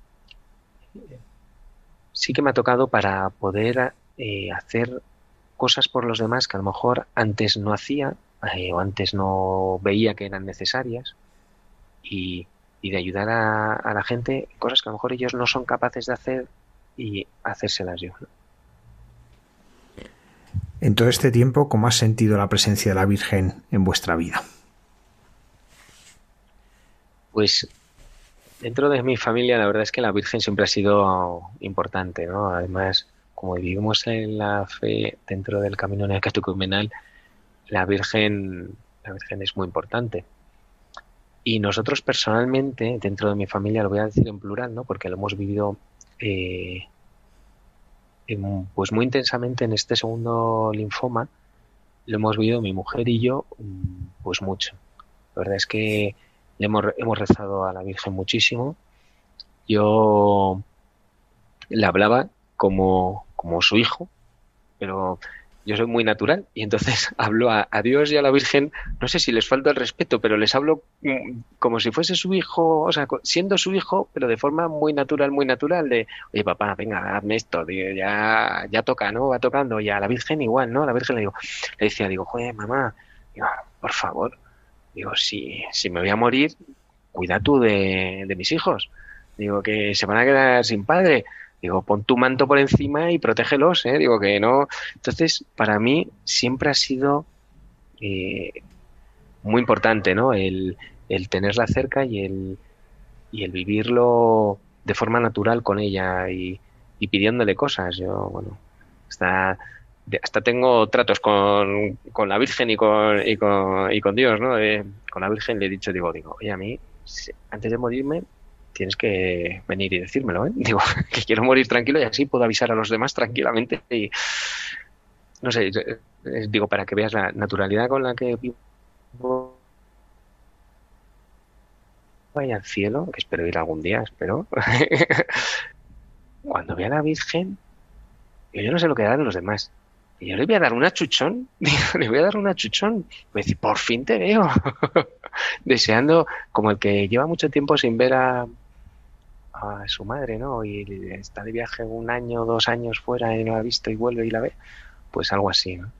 sí que me ha tocado para poder eh, hacer cosas por los demás que a lo mejor antes no hacía eh, o antes no veía que eran necesarias, y, y de ayudar a, a la gente, cosas que a lo mejor ellos no son capaces de hacer y hacérselas yo, ¿no? En todo este tiempo, ¿cómo has sentido la presencia de la Virgen en vuestra vida? Pues dentro de mi familia la verdad es que la Virgen siempre ha sido importante, ¿no? Además, como vivimos en la fe dentro del camino neocatecumenal, la Virgen, la Virgen es muy importante. Y nosotros personalmente, dentro de mi familia, lo voy a decir en plural, ¿no? Porque lo hemos vivido eh, en, pues muy intensamente en este segundo linfoma, lo hemos vivido mi mujer y yo, pues mucho. La verdad es que le hemos, hemos rezado a la Virgen muchísimo. Yo le hablaba como, como su hijo, pero yo soy muy natural y entonces hablo a, a Dios y a la Virgen, no sé si les falta el respeto, pero les hablo como si fuese su hijo, o sea, siendo su hijo, pero de forma muy natural, muy natural, de, oye papá, venga, hazme esto, ya, ya toca, ¿no? Va tocando, y a la Virgen igual, ¿no? A la Virgen le digo, le decía, digo, joder, mamá, digo, por favor, digo, si, si me voy a morir, cuida tú de, de mis hijos, digo, que se van a quedar sin padre. Digo, pon tu manto por encima y protégelos, ¿eh? Digo que no. Entonces, para mí siempre ha sido eh, muy importante, ¿no? El, el tenerla cerca y el, y el vivirlo de forma natural con ella y, y pidiéndole cosas. Yo, bueno, hasta, hasta tengo tratos con, con la Virgen y con, y con, y con Dios, ¿no? Eh, con la Virgen le he dicho, digo, digo, oye, a mí, antes de morirme, tienes que venir y decírmelo, ¿eh? Digo, que quiero morir tranquilo y así puedo avisar a los demás tranquilamente. Y no sé, digo, para que veas la naturalidad con la que vivo, vaya al cielo, que espero ir algún día, espero. Cuando vea a la Virgen, yo, yo no sé lo que darán los demás. Y yo le voy a dar un achuchón, le voy a dar un achuchón. Me dice, por fin te veo. Deseando, como el que lleva mucho tiempo sin ver a a su madre, ¿no? Y está de viaje un año, dos años fuera y no la ha visto y vuelve y la ve, pues algo así, ¿no?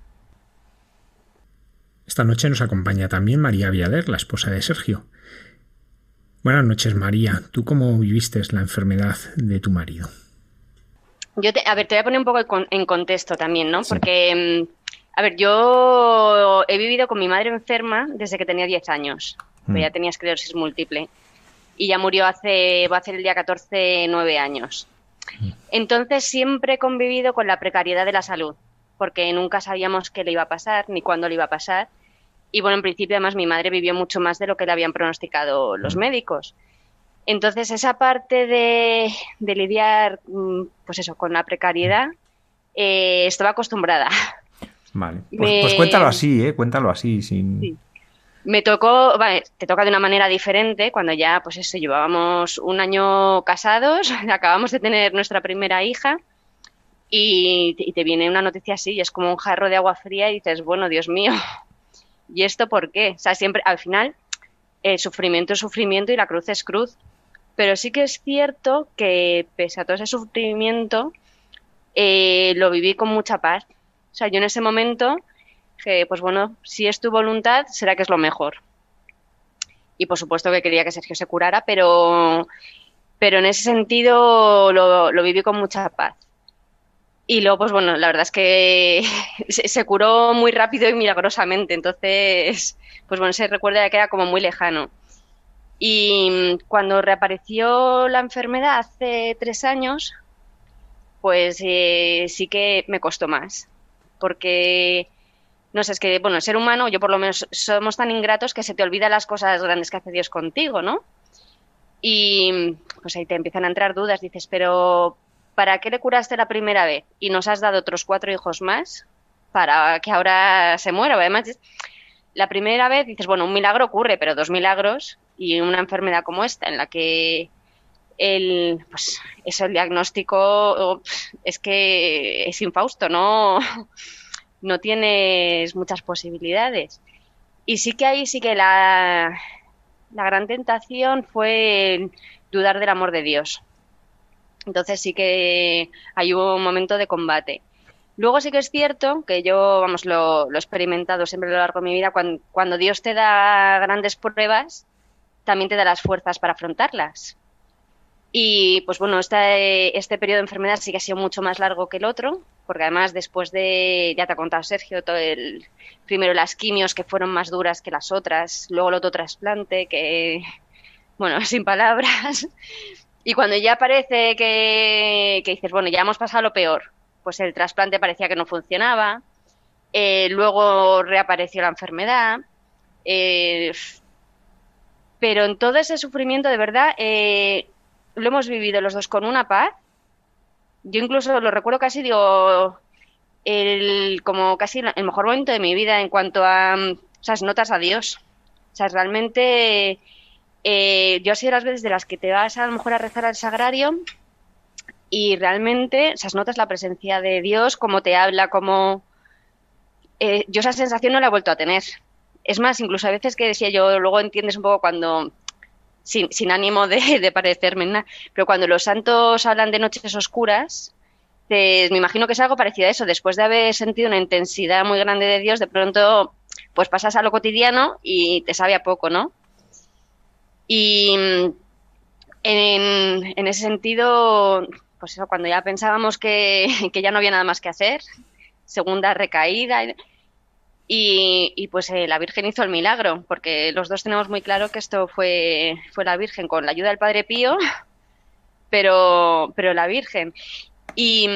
Esta noche nos acompaña también María Viader, la esposa de Sergio. Buenas noches, María. ¿Tú cómo viviste la enfermedad de tu marido? Yo te, a ver, te voy a poner un poco en contexto también, ¿no? Sí. Porque, a ver, yo he vivido con mi madre enferma desde que tenía diez años. Mm. Pues ya tenía esclerosis múltiple. Y ya murió hace, va a ser el día catorce, nueve años. Entonces siempre he convivido con la precariedad de la salud, porque nunca sabíamos qué le iba a pasar, ni cuándo le iba a pasar. Y bueno, en principio además mi madre vivió mucho más de lo que le habían pronosticado los médicos. Entonces esa parte de, de lidiar, pues eso, con la precariedad, eh, estaba acostumbrada. Vale, pues, Me... pues cuéntalo así, ¿eh? Cuéntalo así, sin... Sí. Me tocó, vale, te toca de una manera diferente cuando ya, pues eso, llevábamos un año casados, acabamos de tener nuestra primera hija y, y te viene una noticia así y es como un jarro de agua fría y dices, bueno, Dios mío, ¿y esto por qué? O sea, siempre, al final, el sufrimiento es sufrimiento y la cruz es cruz, pero sí que es cierto que pese a todo ese sufrimiento, eh, lo viví con mucha paz. O sea, yo en ese momento que pues bueno, si es tu voluntad, será que es lo mejor. Y por supuesto que quería que Sergio se curara, pero, pero en ese sentido lo, lo viví con mucha paz. Y luego, pues bueno, la verdad es que se, se curó muy rápido y milagrosamente, entonces, pues bueno, ese recuerdo ya queda como muy lejano. Y cuando reapareció la enfermedad hace tres años, pues eh, sí que me costó más, porque, no sé, es que, bueno, el ser humano, yo por lo menos, somos tan ingratos que se te olvidan las cosas grandes que hace Dios contigo, ¿no? Y pues ahí te empiezan a entrar dudas, dices, pero ¿para qué le curaste la primera vez y nos has dado otros cuatro hijos más para que ahora se muera? Además, la primera vez dices, bueno, un milagro ocurre, pero dos milagros y una enfermedad como esta en la que el, pues, eso, el diagnóstico es que es infausto, ¿no? No tienes muchas posibilidades. Y sí que ahí sí que la, la gran tentación fue dudar del amor de Dios. Entonces sí que hay un momento de combate. Luego sí que es cierto que yo, vamos, lo, lo he experimentado siempre a lo largo de mi vida, cuando, cuando Dios te da grandes pruebas, también te da las fuerzas para afrontarlas. Y pues bueno, este, este periodo de enfermedad sí que ha sido mucho más largo que el otro, porque además después de, ya te ha contado Sergio, todo el, primero las quimios que fueron más duras que las otras, luego el otro trasplante que, bueno, sin palabras. Y cuando ya parece que, que dices, bueno, ya hemos pasado lo peor, pues el trasplante parecía que no funcionaba, eh, luego reapareció la enfermedad, eh, pero en todo ese sufrimiento, de verdad, eh, lo hemos vivido los dos con una paz. Yo incluso lo recuerdo casi, digo, el, como casi el mejor momento de mi vida en cuanto a, o sea, notas a Dios. O sea, realmente... Eh, yo he sido las veces de las que te vas a lo mejor a rezar al sagrario y realmente, o sea, notas la presencia de Dios, cómo te habla, cómo... Eh, yo esa sensación no la he vuelto a tener. Es más, incluso a veces que decía yo, luego entiendes un poco cuando, sin, sin ánimo de, de parecerme nada, pero cuando los santos hablan de noches oscuras, te, me imagino que es algo parecido a eso. Después de haber sentido una intensidad muy grande de Dios, de pronto pues pasas a lo cotidiano y te sabe a poco, ¿no? Y en, en ese sentido, pues eso, cuando ya pensábamos que, que ya no había nada más que hacer, segunda recaída, y, y pues eh, la Virgen hizo el milagro, porque los dos tenemos muy claro que esto fue, fue la Virgen con la ayuda del Padre Pío, pero, pero la Virgen. Y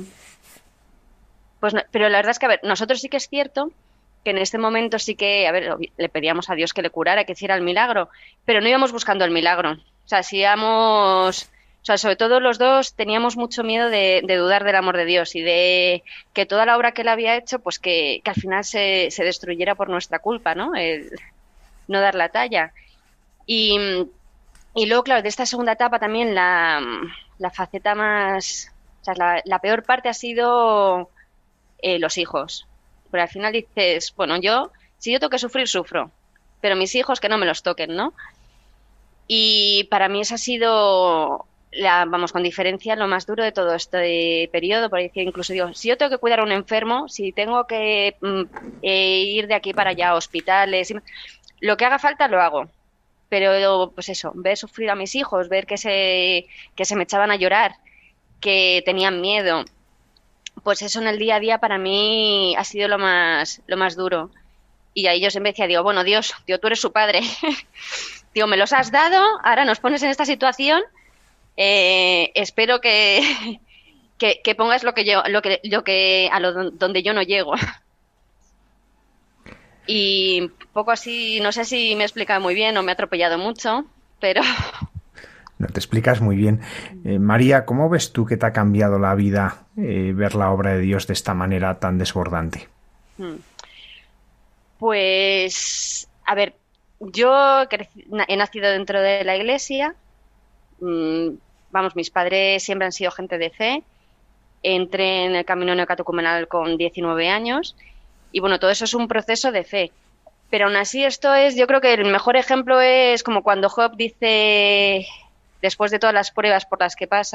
pues, pero la verdad es que, a ver, nosotros sí que es cierto que en este momento sí que, a ver, le pedíamos a Dios que le curara, que hiciera el milagro, pero no íbamos buscando el milagro. O sea, si íbamos, o sea, sobre todo los dos teníamos mucho miedo de, de dudar del amor de Dios y de que toda la obra que él había hecho, pues que, que al final se, se destruyera por nuestra culpa, ¿no? El no dar la talla. Y, y luego, claro, de esta segunda etapa también la, la faceta más, o sea, la, la peor parte ha sido eh, los hijos. Pero al final dices, bueno, yo, si yo tengo que sufrir, sufro, pero mis hijos que no me los toquen, ¿no? Y para mí eso ha sido, la, vamos, con diferencia, lo más duro de todo este periodo, por decir, incluso digo, si yo tengo que cuidar a un enfermo, si tengo que mm, eh, ir de aquí para allá a hospitales, lo que haga falta lo hago. Pero, pues eso, ver sufrir a mis hijos, ver que se, que se me echaban a llorar, que tenían miedo, pues eso en el día a día para mí ha sido lo más, lo más duro. Y ahí yo siempre decía, digo, bueno, Dios, tío, tú eres su padre. Digo, me los has dado, ahora nos pones en esta situación, eh, espero que, que, que pongas lo que yo, lo que, lo que, a lo donde yo no llego. Y poco así, no sé si me he explicado muy bien o me he atropellado mucho, pero... No, te explicas muy bien. Eh, María, ¿cómo ves tú que te ha cambiado la vida eh, ver la obra de Dios de esta manera tan desbordante? Pues, a ver, yo he nacido dentro de la iglesia, vamos, mis padres siempre han sido gente de fe, entré en el camino neocatecumenal con diecinueve años y bueno, todo eso es un proceso de fe. Pero aún así esto es, yo creo que el mejor ejemplo es como cuando Job dice... Después de todas las pruebas por las que pasa,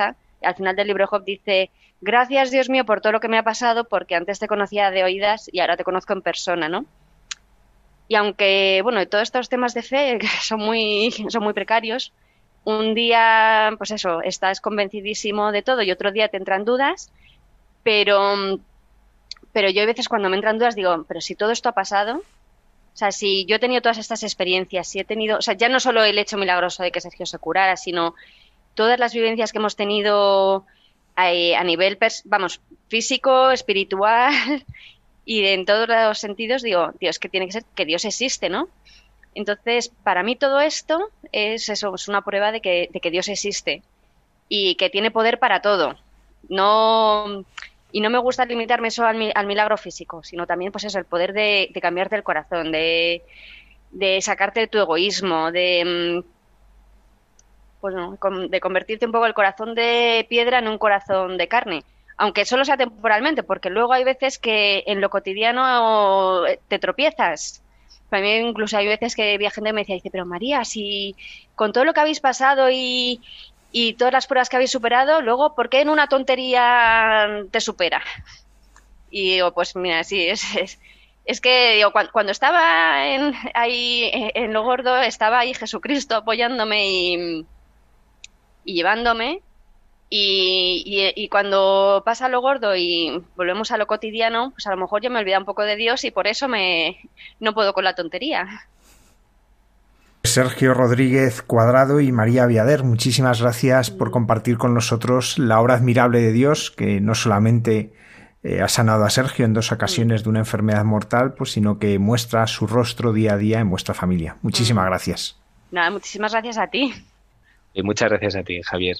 al final del libro de Job dice, gracias Dios mío por todo lo que me ha pasado, porque antes te conocía de oídas y ahora te conozco en persona, ¿no? Y aunque, bueno, todos estos temas de fe son muy, son muy precarios, un día, pues eso, estás convencidísimo de todo y otro día te entran dudas, pero, pero yo a veces cuando me entran dudas digo, pero si todo esto ha pasado, o sea, si yo he tenido todas estas experiencias, si he tenido, o sea, ya no solo el hecho milagroso de que Sergio se curara, sino todas las vivencias que hemos tenido a, a nivel, vamos, físico, espiritual y en todos los sentidos, digo, Dios, que tiene que ser que Dios existe, ¿no? Entonces, para mí todo esto es eso, es una prueba de que, de que Dios existe y que tiene poder para todo. No, y no me gusta limitarme solo al, al milagro físico, sino también, pues eso, el poder de, de cambiarte el corazón, de, de sacarte de tu egoísmo, de, pues no, de convertirte un poco el corazón de piedra en un corazón de carne. Aunque solo sea temporalmente, porque luego hay veces que en lo cotidiano te tropiezas. Para mí incluso hay veces que había gente que me decía, dice, pero María, si con todo lo que habéis pasado y, y todas las pruebas que habéis superado, luego, ¿por qué en una tontería te supera? Y digo, pues mira, sí, es, es, es que digo, cuando, cuando estaba en, ahí en lo gordo, estaba ahí Jesucristo apoyándome y, y llevándome. Y, y, y cuando pasa lo gordo y volvemos a lo cotidiano, pues a lo mejor yo me olvido un poco de Dios y por eso me no puedo con la tontería. Sergio Rodríguez Cuadrado y María Viader, muchísimas gracias por compartir con nosotros la obra admirable de Dios, que no solamente eh, ha sanado a Sergio en dos ocasiones de una enfermedad mortal, pues sino que muestra su rostro día a día en vuestra familia. Muchísimas mm. gracias. Nada, muchísimas gracias a ti. Y muchas gracias a ti, Javier.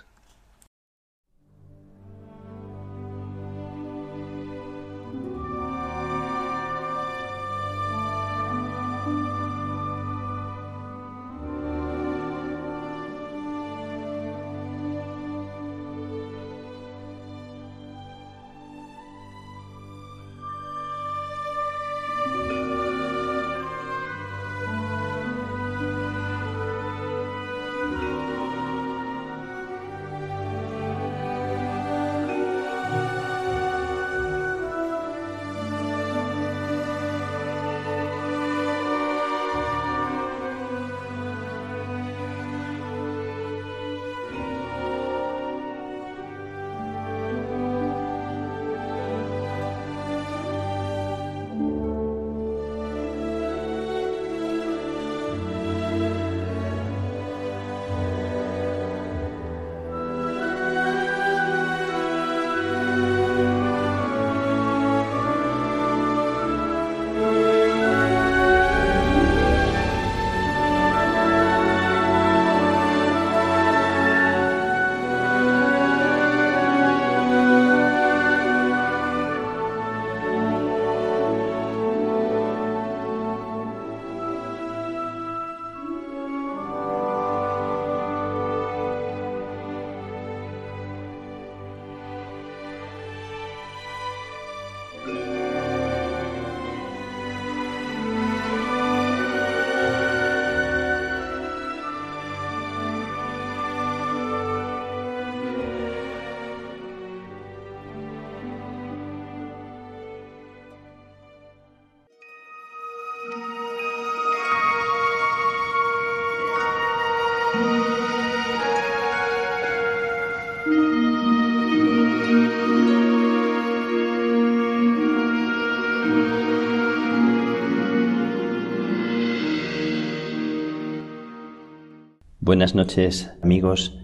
Buenas noches, amigos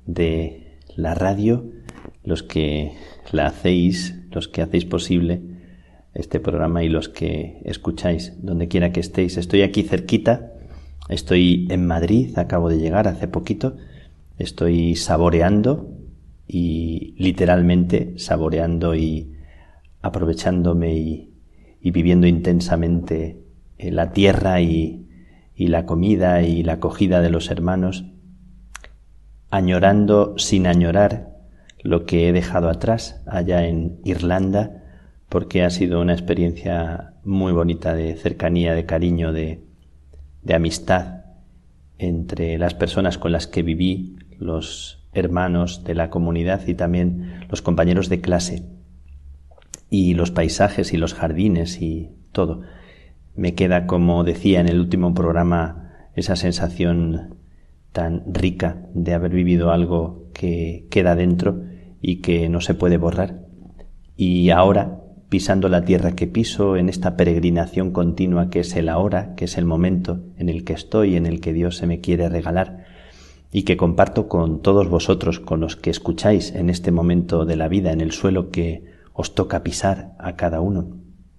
de la radio, los que la hacéis, los que hacéis posible este programa y los que escucháis donde quiera que estéis. Estoy aquí cerquita, estoy en Madrid, acabo de llegar hace poquito, estoy saboreando y literalmente saboreando y aprovechándome y, y viviendo intensamente la tierra y y la comida y la acogida de los hermanos, añorando sin añorar lo que he dejado atrás allá en Irlanda, porque ha sido una experiencia muy bonita de cercanía, de cariño, de, de amistad entre las personas con las que viví los hermanos de la comunidad y también los compañeros de clase, y los paisajes y los jardines y todo. Me queda, como decía en el último programa, esa sensación tan rica de haber vivido algo que queda dentro y que no se puede borrar. Y ahora, pisando la tierra que piso, en esta peregrinación continua que es el ahora, que es el momento en el que estoy, en el que Dios se me quiere regalar, y que comparto con todos vosotros, con los que escucháis en este momento de la vida, en el suelo que os toca pisar a cada uno.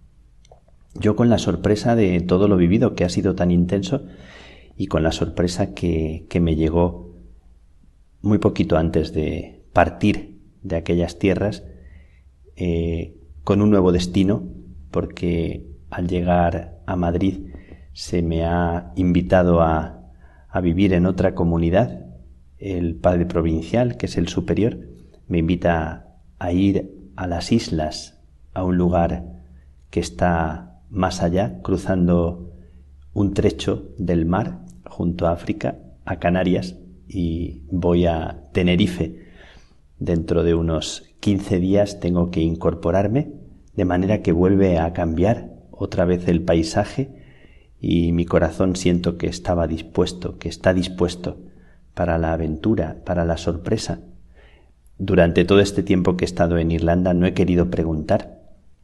Yo, con la sorpresa de todo lo vivido, que ha sido tan intenso, y con la sorpresa que, que me llegó muy poquito antes de partir de aquellas tierras, eh, con un nuevo destino, porque al llegar a Madrid se me ha invitado a a vivir en otra comunidad. El padre provincial, que es el superior, me invita a ir a las islas, a un lugar que está más allá, cruzando un trecho del mar junto a África, a Canarias, y voy a Tenerife. Dentro de unos quince días tengo que incorporarme, de manera que vuelve a cambiar otra vez el paisaje, y mi corazón siento que estaba dispuesto, que está dispuesto para la aventura, para la sorpresa. Durante todo este tiempo que he estado en Irlanda no he querido preguntar,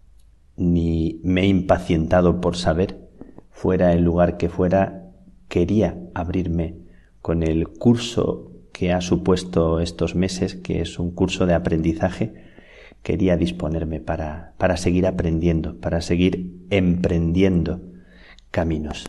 ni me he impacientado por saber. Fuera el lugar que fuera, quería abrirme con el curso que ha supuesto estos meses, que es un curso de aprendizaje. Quería disponerme para, para seguir aprendiendo, para seguir emprendiendo caminos.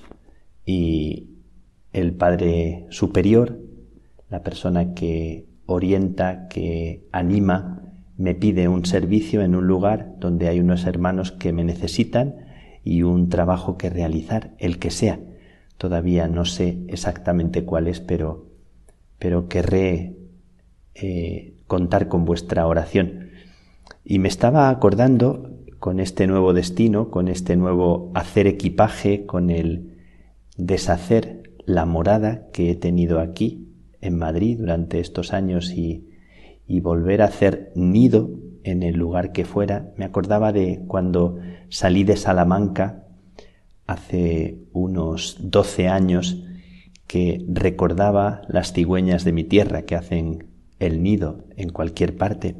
Y el Padre Superior, la persona que orienta, que anima, me pide un servicio en un lugar donde hay unos hermanos que me necesitan y un trabajo que realizar, el que sea. Todavía no sé exactamente cuál es, pero, pero querré eh, contar con vuestra oración. Y me estaba acordando, con este nuevo destino, con este nuevo hacer equipaje, con el deshacer la morada que he tenido aquí en Madrid durante estos años y, y volver a hacer nido en el lugar que fuera. Me acordaba de cuando salí de Salamanca hace unos doce años, que recordaba las cigüeñas de mi tierra que hacen el nido en cualquier parte.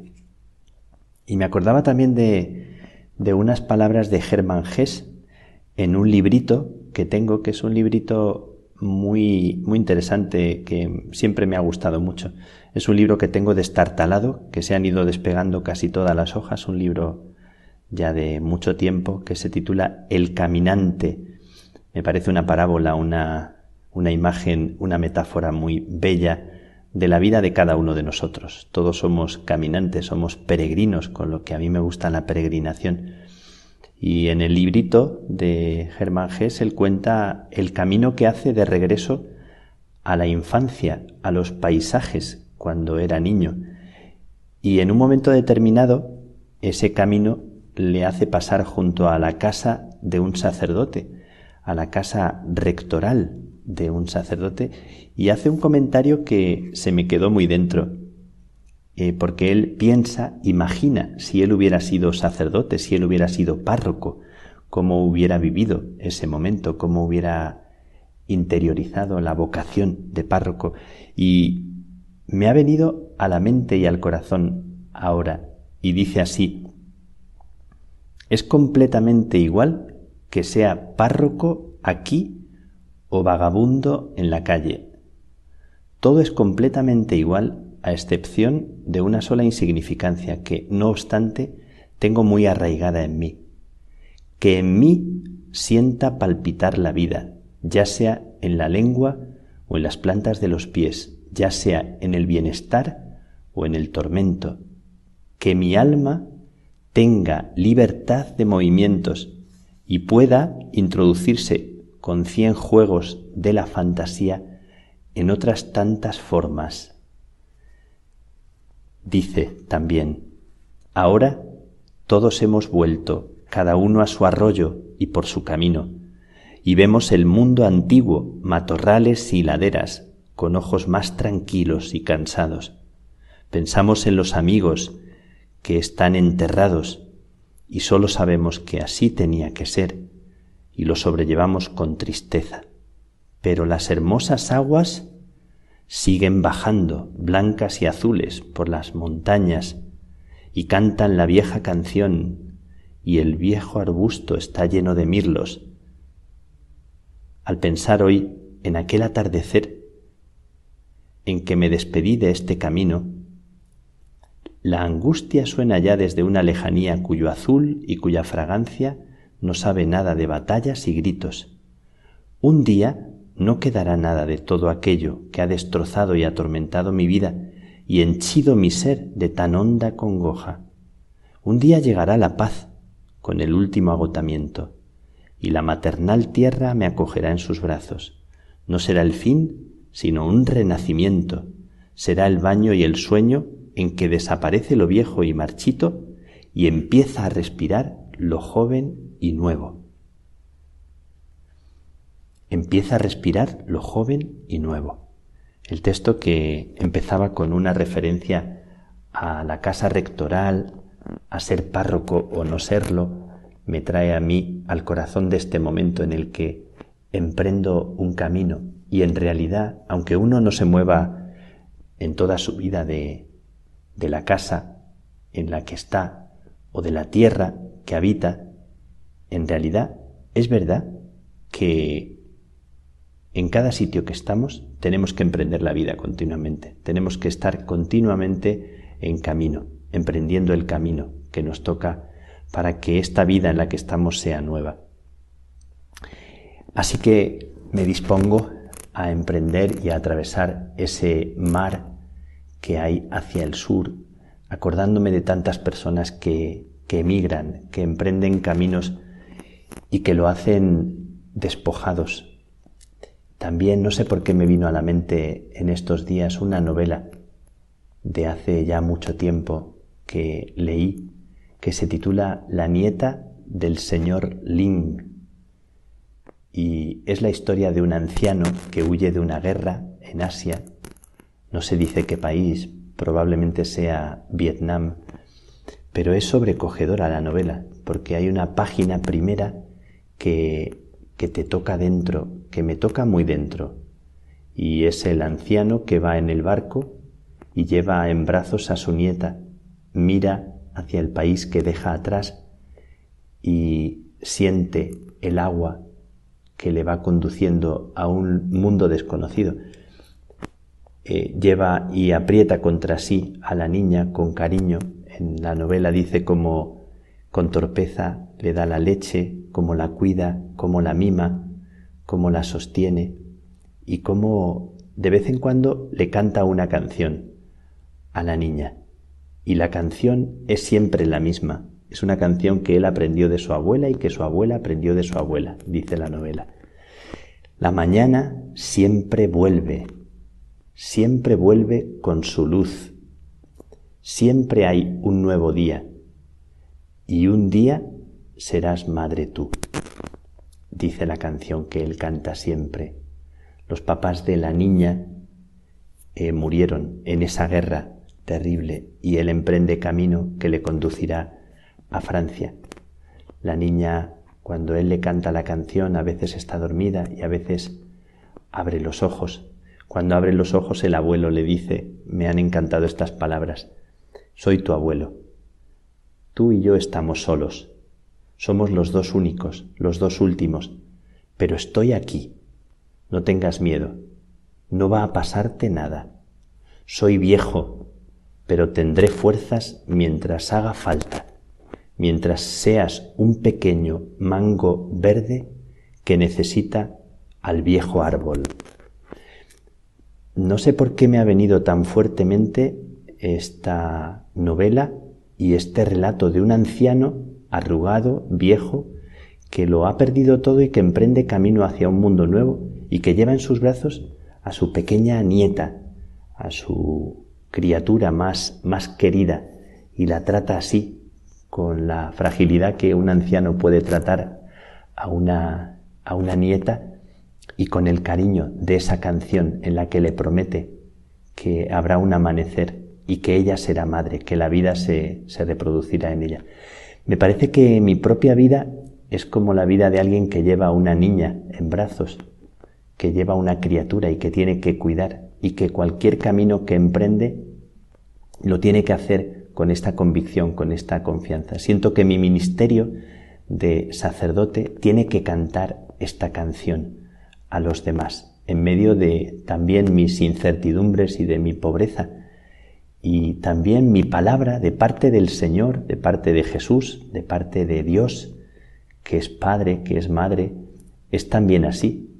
Y me acordaba también de de unas palabras de Hermann Hesse en un librito que tengo, que es un librito muy, muy interesante, que siempre me ha gustado mucho. Es un libro que tengo destartalado, que se han ido despegando casi todas las hojas, un libro ya de mucho tiempo, que se titula El Caminante. Me parece una parábola, una, una imagen, una metáfora muy bella de la vida de cada uno de nosotros. Todos somos caminantes, somos peregrinos, con lo que a mí me gusta la peregrinación. Y en el librito de Hermann Hesse él cuenta el camino que hace de regreso a la infancia, a los paisajes cuando era niño. Y en un momento determinado ese camino le hace pasar junto a la casa de un sacerdote, a la casa rectoral de un sacerdote, y hace un comentario que se me quedó muy dentro, eh, porque él piensa, imagina, si él hubiera sido sacerdote, si él hubiera sido párroco, cómo hubiera vivido ese momento, cómo hubiera interiorizado la vocación de párroco. Y me ha venido a la mente y al corazón ahora, y dice así: es completamente igual que sea párroco aquí o vagabundo en la calle. Todo es completamente igual, a excepción de una sola insignificancia que, no obstante, tengo muy arraigada en mí. Que en mí sienta palpitar la vida, ya sea en la lengua o en las plantas de los pies, ya sea en el bienestar o en el tormento. Que mi alma tenga libertad de movimientos y pueda introducirse con cien juegos de la fantasía en otras tantas formas. Dice también: ahora todos hemos vuelto, cada uno a su arroyo y por su camino, y vemos el mundo antiguo, matorrales y laderas, con ojos más tranquilos y cansados. Pensamos en los amigos que están enterrados y solo sabemos que así tenía que ser y lo sobrellevamos con tristeza. Pero las hermosas aguas siguen bajando, blancas y azules, por las montañas y cantan la vieja canción y el viejo arbusto está lleno de mirlos. Al pensar hoy en aquel atardecer en que me despedí de este camino, la angustia suena ya desde una lejanía cuyo azul y cuya fragancia no sabe nada de batallas y gritos. Un día no quedará nada de todo aquello que ha destrozado y atormentado mi vida y henchido mi ser de tan honda congoja. Un día llegará la paz con el último agotamiento y la maternal tierra me acogerá en sus brazos. No será el fin, sino un renacimiento. Será el baño y el sueño en que desaparece lo viejo y marchito y empieza a respirar lo joven y nuevo. Empieza a respirar lo joven y nuevo. El texto, que empezaba con una referencia a la casa rectoral, a ser párroco o no serlo, me trae a mí al corazón de este momento en el que emprendo un camino y en realidad, aunque uno no se mueva en toda su vida de, de la casa en la que está o de la tierra que habita, en realidad es verdad que en cada sitio que estamos tenemos que emprender la vida continuamente, tenemos que estar continuamente en camino, emprendiendo el camino que nos toca para que esta vida en la que estamos sea nueva. Así que me dispongo a emprender y a atravesar ese mar que hay hacia el sur, acordándome de tantas personas que, que emigran, que emprenden caminos y que lo hacen despojados. También no sé por qué me vino a la mente en estos días una novela de hace ya mucho tiempo que leí, que se titula La nieta del señor Ling, y es la historia de un anciano que huye de una guerra en Asia, no se dice qué país, probablemente sea Vietnam, pero es sobrecogedora la novela, porque hay una página primera que, que te toca dentro, que me toca muy dentro, y es el anciano que va en el barco y lleva en brazos a su nieta, mira hacia el país que deja atrás y siente el agua que le va conduciendo a un mundo desconocido. Eh, lleva y aprieta contra sí a la niña con cariño. En la novela dice cómo con torpeza le da la leche, cómo la cuida, cómo la mima, cómo la sostiene y cómo de vez en cuando le canta una canción a la niña. Y la canción es siempre la misma. Es una canción que él aprendió de su abuela y que su abuela aprendió de su abuela, dice la novela. La mañana siempre vuelve, siempre vuelve con su luz. Siempre hay un nuevo día y un día serás madre tú, dice la canción que él canta siempre. Los papás de la niña eh, murieron en esa guerra terrible y él emprende camino que le conducirá a Francia. La niña, cuando él le canta la canción, a veces está dormida y a veces abre los ojos. Cuando abre los ojos, el abuelo le dice, me han encantado estas palabras, soy tu abuelo. Tú y yo estamos solos. Somos los dos únicos, los dos últimos, pero estoy aquí. No tengas miedo. No va a pasarte nada. Soy viejo, pero tendré fuerzas mientras haga falta, mientras seas un pequeño mango verde que necesita al viejo árbol. No sé por qué me ha venido tan fuertemente esta novela y este relato de un anciano arrugado, viejo, que lo ha perdido todo y que emprende camino hacia un mundo nuevo y que lleva en sus brazos a su pequeña nieta, a su criatura más, más querida, y la trata así, con la fragilidad que un anciano puede tratar a una, a una nieta, y con el cariño de esa canción en la que le promete que habrá un amanecer y que ella será madre, que la vida se, se reproducirá en ella. Me parece que mi propia vida es como la vida de alguien que lleva a una niña en brazos, que lleva a una criatura y que tiene que cuidar, y que cualquier camino que emprende lo tiene que hacer con esta convicción, con esta confianza. Siento que mi ministerio de sacerdote tiene que cantar esta canción a los demás, en medio de también mis incertidumbres y de mi pobreza, y también mi palabra de parte del Señor, de parte de Jesús, de parte de Dios, que es Padre, que es Madre, es también así.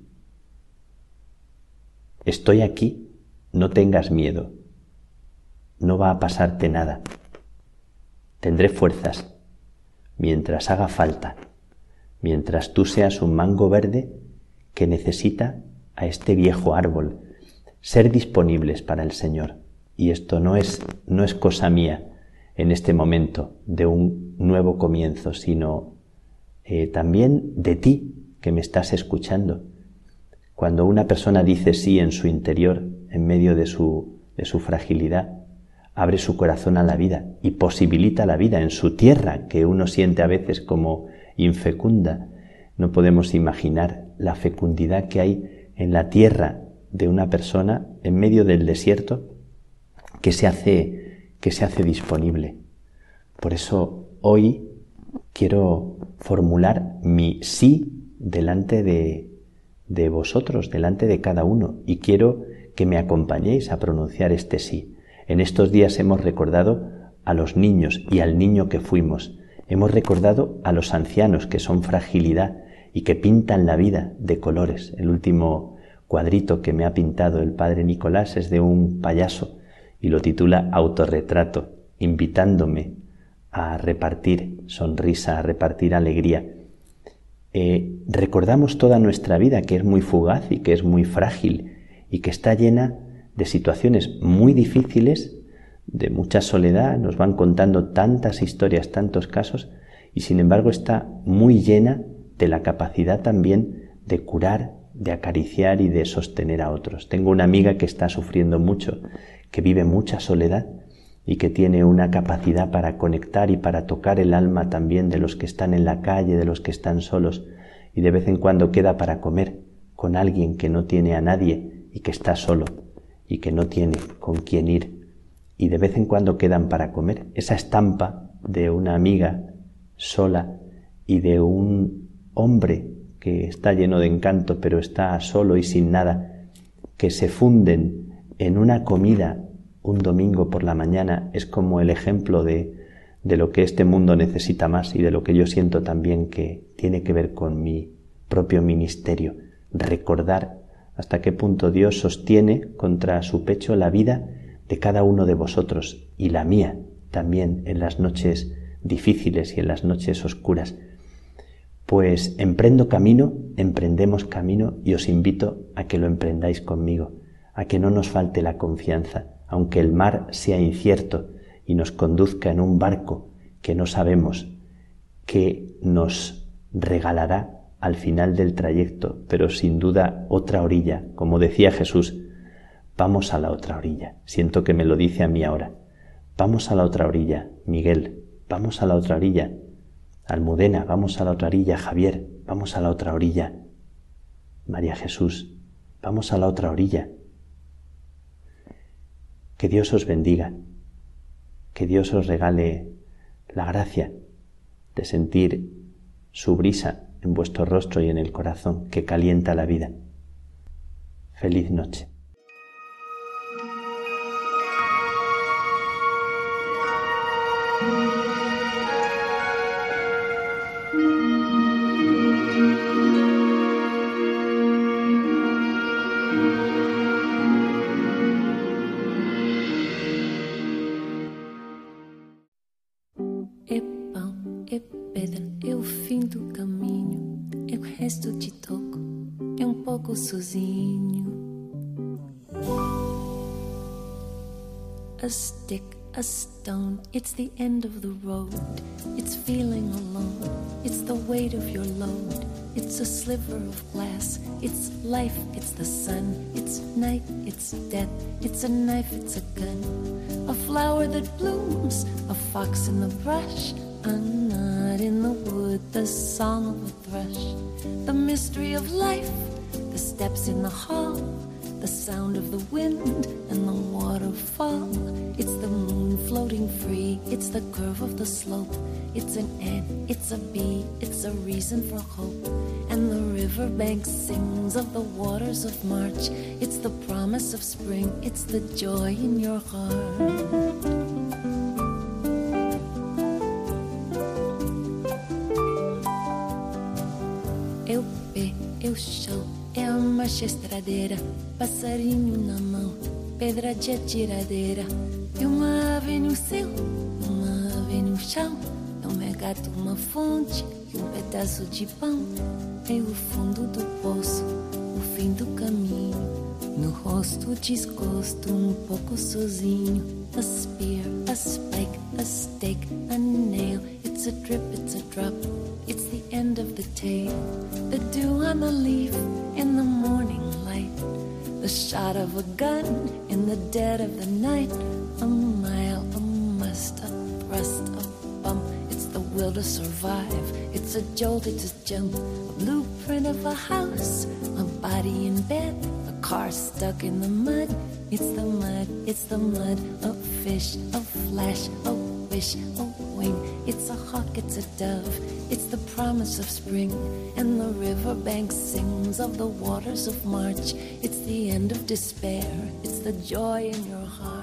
Estoy aquí, no tengas miedo, no va a pasarte nada. Tendré fuerzas mientras haga falta, mientras tú seas un mango verde que necesita a este viejo árbol, ser disponibles para el Señor. Y esto no es, no es cosa mía en este momento de un nuevo comienzo, sino eh, también de ti que me estás escuchando. Cuando una persona dice sí en su interior, en medio de su, de su fragilidad, abre su corazón a la vida y posibilita la vida en su tierra, que uno siente a veces como infecunda. No podemos imaginar la fecundidad que hay en la tierra de una persona en medio del desierto que se hace, que se hace disponible. Por eso hoy quiero formular mi sí delante de, de vosotros, delante de cada uno, y quiero que me acompañéis a pronunciar este sí. En estos días hemos recordado a los niños y al niño que fuimos. Hemos recordado a los ancianos que son fragilidad y que pintan la vida de colores. El último cuadrito que me ha pintado el padre Nicolás es de un payaso y lo titula Autorretrato, invitándome a repartir sonrisa, a repartir alegría. Eh, recordamos toda nuestra vida, que es muy fugaz y que es muy frágil y que está llena de situaciones muy difíciles, de mucha soledad. Nos van contando tantas historias, tantos casos, y sin embargo está muy llena de la capacidad también de curar, de acariciar y de sostener a otros. Tengo una amiga que está sufriendo mucho, que vive mucha soledad y que tiene una capacidad para conectar y para tocar el alma también de los que están en la calle, de los que están solos, y de vez en cuando queda para comer con alguien que no tiene a nadie y que está solo y que no tiene con quién ir, y de vez en cuando quedan para comer. Esa estampa de una amiga sola y de un hombre que está lleno de encanto pero está solo y sin nada, que se funden en una comida un domingo por la mañana, es como el ejemplo de, de lo que este mundo necesita más y de lo que yo siento también que tiene que ver con mi propio ministerio. Recordar hasta qué punto Dios sostiene contra su pecho la vida de cada uno de vosotros y la mía también en las noches difíciles y en las noches oscuras. Pues emprendo camino, emprendemos camino y os invito a que lo emprendáis conmigo, a que no nos falte la confianza, aunque el mar sea incierto y nos conduzca en un barco que no sabemos qué nos regalará al final del trayecto, pero sin duda otra orilla. Como decía Jesús, vamos a la otra orilla. Siento que me lo dice a mí ahora. Vamos a la otra orilla, Miguel, vamos a la otra orilla. Almudena, vamos a la otra orilla. Javier, vamos a la otra orilla. María Jesús, vamos a la otra orilla. Que Dios os bendiga, que Dios os regale la gracia de sentir su brisa en vuestro rostro y en el corazón que calienta la vida. Feliz noche. Sozinho, a stick a stone. It's the end of the road. It's feeling alone. It's the weight of your load. It's a sliver of glass. It's life, it's the sun. It's night, it's death. It's a knife, it's a gun. A flower that blooms, a fox in the brush, a knot in the wood, the song of a thrush. The mystery of life, the steps in the hall, the sound of the wind and the waterfall. It's the moon floating free, it's the curve of the slope. It's an ant, it's a bee, it's a reason for hope. And the riverbank sings of the waters of March. It's the promise of spring, it's the joy in your heart. É o pé, é o chão, é a marcha estradeira, passarinho na mão, pedra de atiradeira. E uma ave no céu, uma ave no chão, é um regato, uma fonte e um pedaço de pão. É o fundo do poço, o fim do caminho, no rosto desgosto, um pouco sozinho. A spear, a spike, a stake, a nail. It's a drip, it's a drop, it's the end of the tale. The dew on the leaf in the morning light, the shot of a gun in the dead of the night. A mile, a must, a thrust, a bump. It's the will to survive, it's a jolt, it's a jump. A blueprint of a house, a body in bed, a car stuck in the mud. It's the mud, it's the mud. A fish, a flash, a wish, a wing. It's a hawk, it's a dove, it's the promise of spring. And the riverbank sings of the waters of March. It's the end of despair, it's the joy in your heart.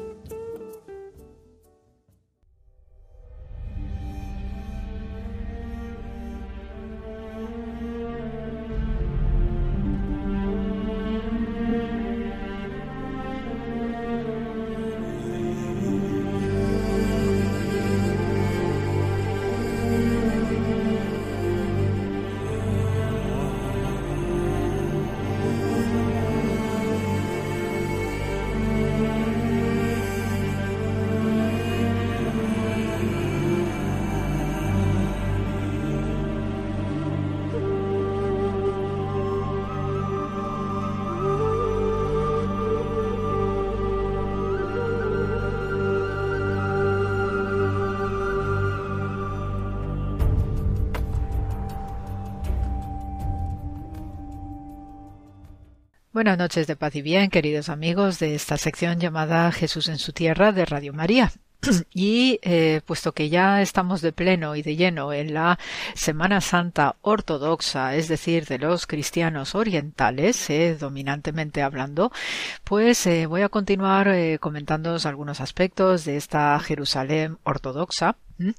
Buenas noches de paz y bien, queridos amigos de esta sección llamada Jesús en su tierra de Radio María. Y eh, puesto que ya estamos de pleno y de lleno en la Semana Santa ortodoxa, es decir, de los cristianos orientales, eh, dominantemente hablando, pues eh, voy a continuar eh, comentándoos algunos aspectos de esta Jerusalén ortodoxa. ¿Mm?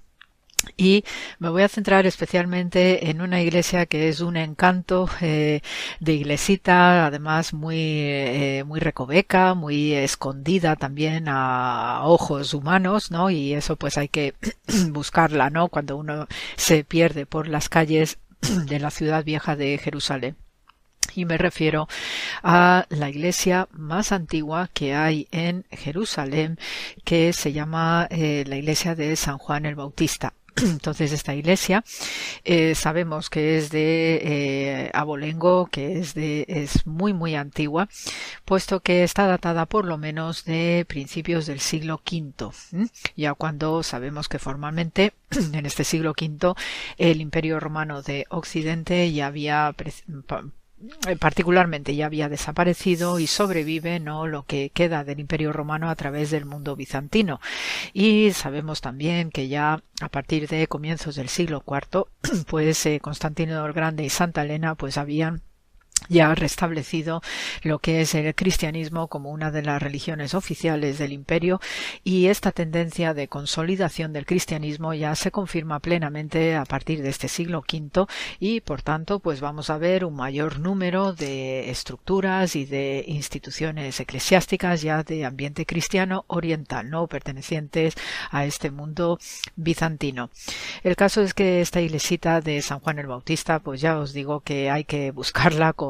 Y me voy a centrar especialmente en una iglesia que es un encanto eh, de iglesita, además muy eh, muy recoveca, muy escondida también a ojos humanos, ¿no? Y eso pues hay que buscarla, ¿no? Cuando uno se pierde por las calles de la ciudad vieja de Jerusalén. Y me refiero a la iglesia más antigua que hay en Jerusalén, que se llama eh, la iglesia de San Juan el Bautista. Entonces esta iglesia eh, sabemos que es de eh, abolengo, que es de es muy muy antigua, puesto que está datada por lo menos de principios del siglo quinto, ¿Mm? ya cuando sabemos que formalmente en este siglo quinto el Imperio Romano de Occidente ya había particularmente ya había desaparecido y sobrevive no lo que queda del Imperio Romano a través del mundo bizantino. Y sabemos también que ya a partir de comienzos del siglo cuarto pues eh, Constantino el Grande y Santa Elena pues habían ya restablecido lo que es el cristianismo como una de las religiones oficiales del imperio, y esta tendencia de consolidación del cristianismo ya se confirma plenamente a partir de este siglo quinto, y por tanto pues vamos a ver un mayor número de estructuras y de instituciones eclesiásticas ya de ambiente cristiano oriental, no pertenecientes a este mundo bizantino. El caso es que esta iglesita de San Juan el Bautista, pues ya os digo que hay que buscarla con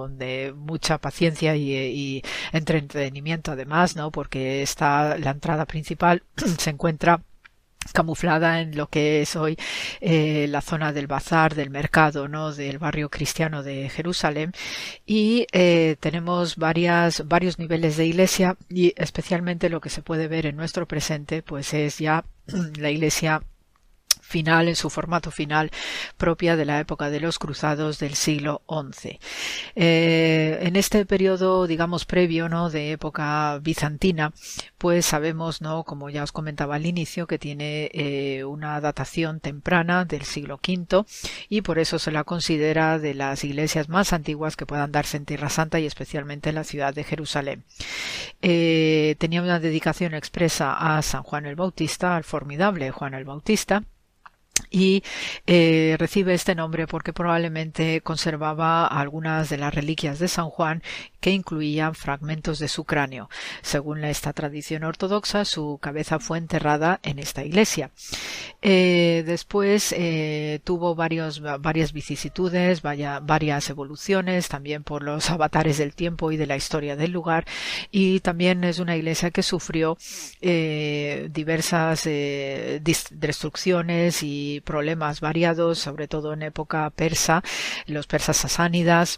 con de mucha paciencia y, y entretenimiento además, ¿no? Porque está la entrada principal se encuentra camuflada en lo que es hoy eh, la zona del bazar, del mercado, ¿no? Del barrio cristiano de Jerusalén, y eh, tenemos varias varios niveles de iglesia, y especialmente lo que se puede ver en nuestro presente pues es ya la iglesia final, en su formato final, propia de la época de los cruzados del siglo once. Eh, en este periodo, digamos, previo, ¿no?, de época bizantina, pues sabemos, ¿no?, como ya os comentaba al inicio, que tiene eh, una datación temprana del siglo quinto, y por eso se la considera de las iglesias más antiguas que puedan darse en Tierra Santa, y especialmente en la ciudad de Jerusalén. Eh, tenía una dedicación expresa a San Juan el Bautista, al formidable Juan el Bautista, y eh, recibe este nombre porque probablemente conservaba algunas de las reliquias de San Juan que incluían fragmentos de su cráneo. Según esta tradición ortodoxa, su cabeza fue enterrada en esta iglesia. Eh, después eh, tuvo varios, varias vicisitudes, vaya, varias evoluciones, también por los avatares del tiempo y de la historia del lugar, y también es una iglesia que sufrió eh, diversas eh, destrucciones y problemas variados, sobre todo en época persa, los persas sasánidas,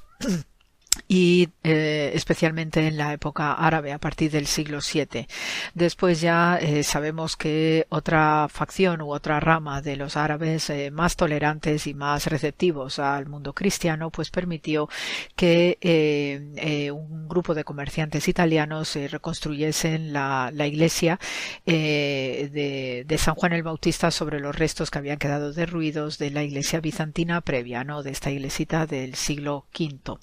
y eh, especialmente en la época árabe a partir del siglo siete. Después ya eh, sabemos que otra facción u otra rama de los árabes eh, más tolerantes y más receptivos al mundo cristiano pues permitió que eh, eh, un grupo de comerciantes italianos eh, reconstruyesen la, la iglesia eh, de, de San Juan el Bautista sobre los restos que habían quedado derruidos de la iglesia bizantina previa, ¿no?, de esta iglesita del siglo quinto.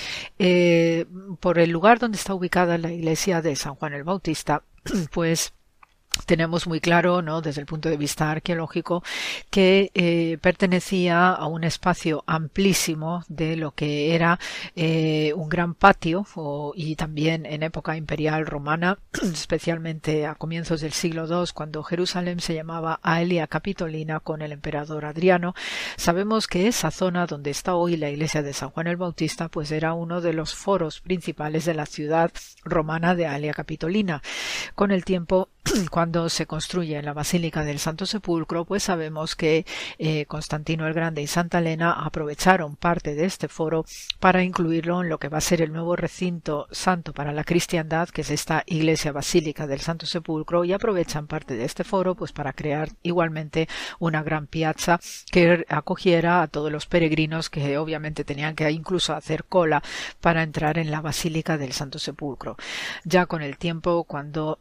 Eh, por el lugar donde está ubicada la iglesia de San Juan el Bautista, pues tenemos muy claro, ¿no?, desde el punto de vista arqueológico, que eh, pertenecía a un espacio amplísimo de lo que era eh, un gran patio, o, y también en época imperial romana, especialmente a comienzos del siglo dos, cuando Jerusalén se llamaba Aelia Capitolina con el emperador Adriano. Sabemos que esa zona donde está hoy la iglesia de San Juan el Bautista pues era uno de los foros principales de la ciudad romana de Aelia Capitolina. Con el tiempo, cuando se construye la Basílica del Santo Sepulcro, pues sabemos que eh, Constantino el Grande y Santa Elena aprovecharon parte de este foro para incluirlo en lo que va a ser el nuevo recinto santo para la cristiandad, que es esta iglesia Basílica del Santo Sepulcro, y aprovechan parte de este foro pues para crear igualmente una gran piazza que acogiera a todos los peregrinos que obviamente tenían que incluso hacer cola para entrar en la Basílica del Santo Sepulcro. Ya con el tiempo, cuando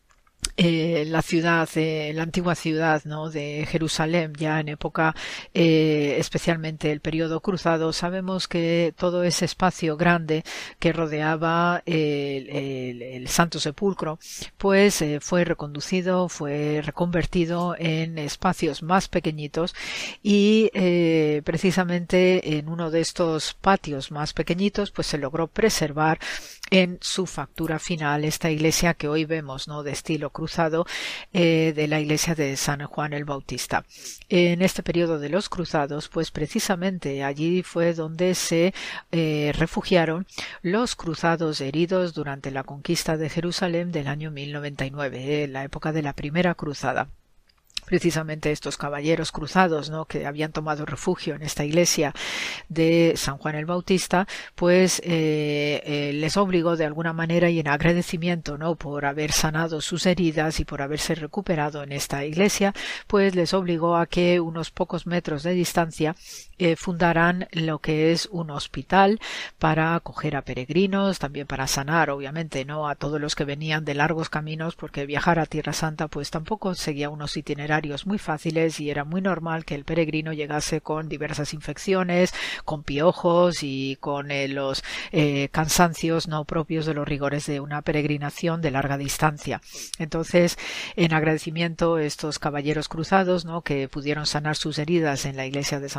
Eh, la ciudad, eh, la antigua ciudad, ¿no?, de Jerusalén, ya en época, eh, especialmente el periodo cruzado, sabemos que todo ese espacio grande que rodeaba el, el, el Santo Sepulcro, pues eh, fue reconducido, fue reconvertido en espacios más pequeñitos, y eh, precisamente en uno de estos patios más pequeñitos, pues se logró preservar en su factura final esta iglesia que hoy vemos, ¿no?, de estilo cruzado, eh, de la iglesia de San Juan el Bautista. En este periodo de los cruzados, pues precisamente allí fue donde se eh, refugiaron los cruzados heridos durante la conquista de Jerusalén del año mil noventa y nueve, en la época de la primera cruzada. Precisamente estos caballeros cruzados, ¿no?, que habían tomado refugio en esta iglesia de San Juan el Bautista, pues eh, eh, les obligó de alguna manera, y en agradecimiento, ¿no?, por haber sanado sus heridas y por haberse recuperado en esta iglesia, pues les obligó a que unos pocos metros de distancia eh, fundaran lo que es un hospital para acoger a peregrinos, también para sanar, obviamente, ¿no?, a todos los que venían de largos caminos, porque viajar a Tierra Santa pues tampoco seguía unos itinerarios muy fáciles, y era muy normal que el peregrino llegase con diversas infecciones, con piojos y con eh, los eh, cansancios no propios de los rigores de una peregrinación de larga distancia. Entonces, en agradecimiento, estos caballeros cruzados, ¿no?, que pudieron sanar sus heridas en la iglesia de San Juan el Bautista,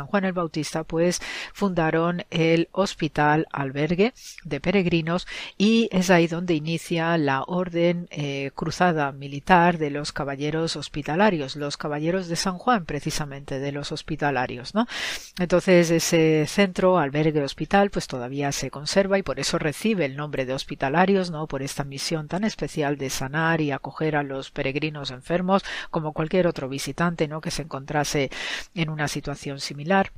Bautista, pues fundaron el Hospital Albergue de Peregrinos, y es ahí donde inicia la orden eh, cruzada militar de los caballeros hospitalarios, los caballeros de San Juan, precisamente de los hospitalarios, ¿no? Entonces ese centro, albergue, hospital, pues todavía se conserva y por eso recibe el nombre de hospitalarios, ¿no? Por esta misión tan especial de sanar y acoger a los peregrinos enfermos, como cualquier otro visitante, ¿no? Que se encontrase en una situación similar.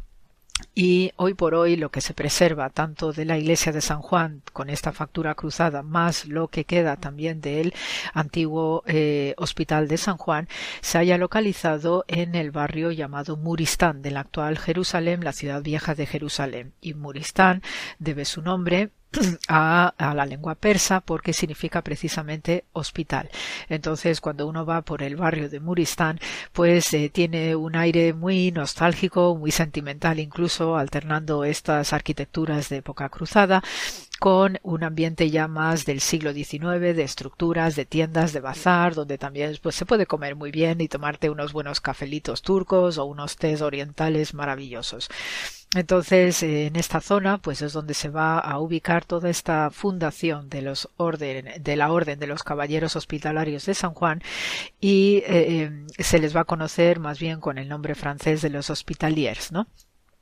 Y hoy por hoy lo que se preserva tanto de la iglesia de San Juan con esta factura cruzada, más lo que queda también del antiguo eh, hospital de San Juan, se haya localizado en el barrio llamado Muristán de la actual Jerusalén, la ciudad vieja de Jerusalén. Y Muristán debe su nombre A, a la lengua persa, porque significa precisamente hospital. Entonces cuando uno va por el barrio de Muristán, pues eh, tiene un aire muy nostálgico, muy sentimental, incluso alternando estas arquitecturas de época cruzada con un ambiente ya más del siglo diecinueve, de estructuras, de tiendas, de bazar, donde también pues, se puede comer muy bien y tomarte unos buenos cafelitos turcos o unos tés orientales maravillosos. Entonces, eh, en esta zona, pues es donde se va a ubicar toda esta fundación de los orden, de la Orden de los Caballeros Hospitalarios de San Juan, y eh, se les va a conocer más bien con el nombre francés de los Hospitaliers, ¿no?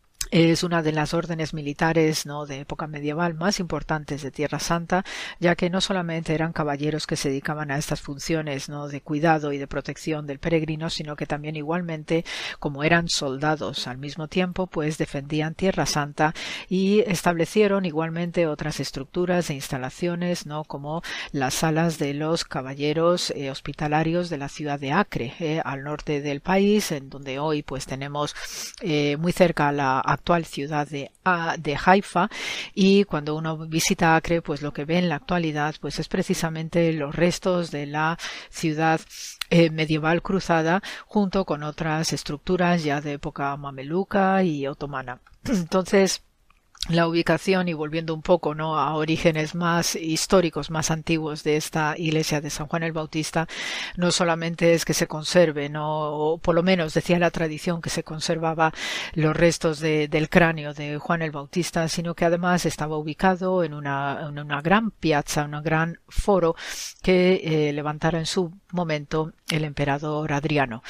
Es una de las órdenes militares, ¿no? de época medieval más importantes de Tierra Santa, ya que no solamente eran caballeros que se dedicaban a estas funciones, ¿no? de cuidado y de protección del peregrino, sino que también igualmente, como eran soldados al mismo tiempo, pues defendían Tierra Santa y establecieron igualmente otras estructuras e instalaciones, ¿no? como las salas de los caballeros eh, hospitalarios de la ciudad de Acre, eh, al norte del país, en donde hoy pues tenemos eh, muy cerca a la actual ciudad de, de Haifa, y cuando uno visita Acre, pues lo que ve en la actualidad pues es precisamente los restos de la ciudad eh, medieval cruzada, junto con otras estructuras ya de época mameluca y otomana. Entonces, la ubicación, y volviendo un poco no a orígenes más históricos, más antiguos de esta iglesia de San Juan el Bautista, no solamente es que se conserve, no, o por lo menos decía la tradición que se conservaba los restos de, del cráneo de Juan el Bautista, sino que además estaba ubicado en una, en una gran piazza, un gran foro que eh, levantara en su momento el emperador Adriano.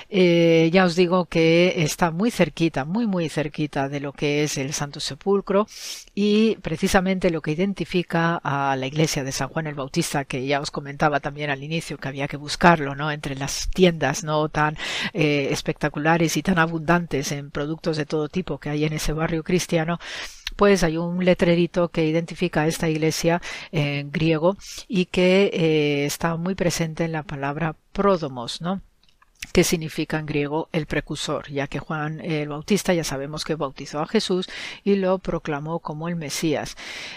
Eh, ya os digo que está muy cerquita, muy muy cerquita de lo que es el Santo Sepulcro, y precisamente lo que identifica a la iglesia de San Juan el Bautista, que ya os comentaba también al inicio que había que buscarlo, ¿no? entre las tiendas no tan eh, espectaculares y tan abundantes en productos de todo tipo que hay en ese barrio cristiano, pues hay un letrerito que identifica a esta iglesia en griego y que eh, está muy presente en la palabra pródomos, ¿no? que significa en griego el precursor, ya que Juan el Bautista ya sabemos que bautizó a Jesús y lo proclamó como el Mesías.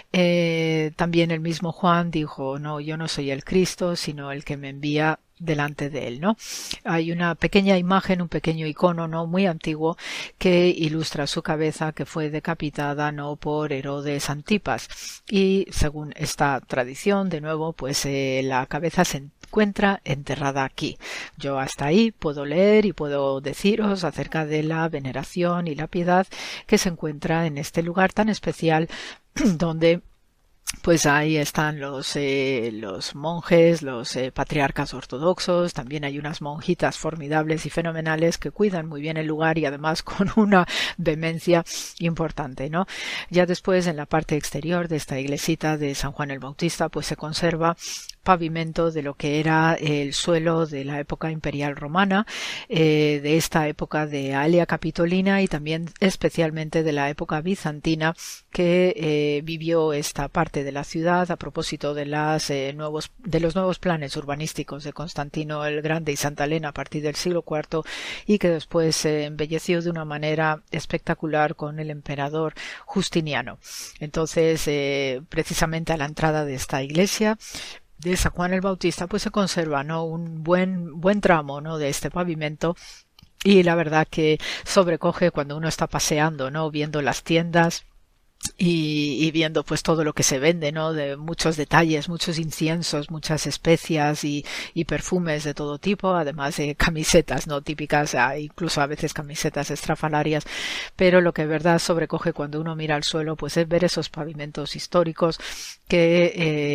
Eh, también el mismo Juan dijo, no, yo no soy el Cristo, sino el que me envía delante de él, ¿no? Hay una pequeña imagen, un pequeño icono, ¿no? muy antiguo, que ilustra su cabeza, que fue decapitada, ¿no? por Herodes Antipas, y según esta tradición, de nuevo, pues eh, la cabeza se encuentra enterrada aquí. Yo hasta ahí puedo leer y puedo deciros acerca de la veneración y la piedad que se encuentra en este lugar tan especial, donde pues ahí están los, eh, los monjes, los eh, patriarcas ortodoxos. También hay unas monjitas formidables y fenomenales que cuidan muy bien el lugar, y además con una vehemencia importante, ¿no? Ya después, en la parte exterior de esta iglesita de San Juan el Bautista, pues se conserva pavimento de lo que era el suelo de la época imperial romana, eh, de esta época de Aelia Capitolina, y también especialmente de la época bizantina, que eh, vivió esta parte de la ciudad a propósito de, las, eh, nuevos, de los nuevos planes urbanísticos de Constantino el Grande y Santa Elena a partir del siglo cuarto, y que después se eh, embelleció de una manera espectacular con el emperador Justiniano. Entonces, eh, precisamente a la entrada de esta iglesia de San Juan el Bautista, pues se conserva, ¿no? un buen, buen tramo, ¿no? de este pavimento, y la verdad que sobrecoge cuando uno está paseando, ¿no? viendo las tiendas Y, y viendo pues todo lo que se vende, ¿no? De muchos detalles, muchos inciensos, muchas especias y, y perfumes de todo tipo, además de camisetas, ¿no? Típicas, incluso a veces camisetas estrafalarias, pero lo que de verdad sobrecoge cuando uno mira al suelo pues es ver esos pavimentos históricos que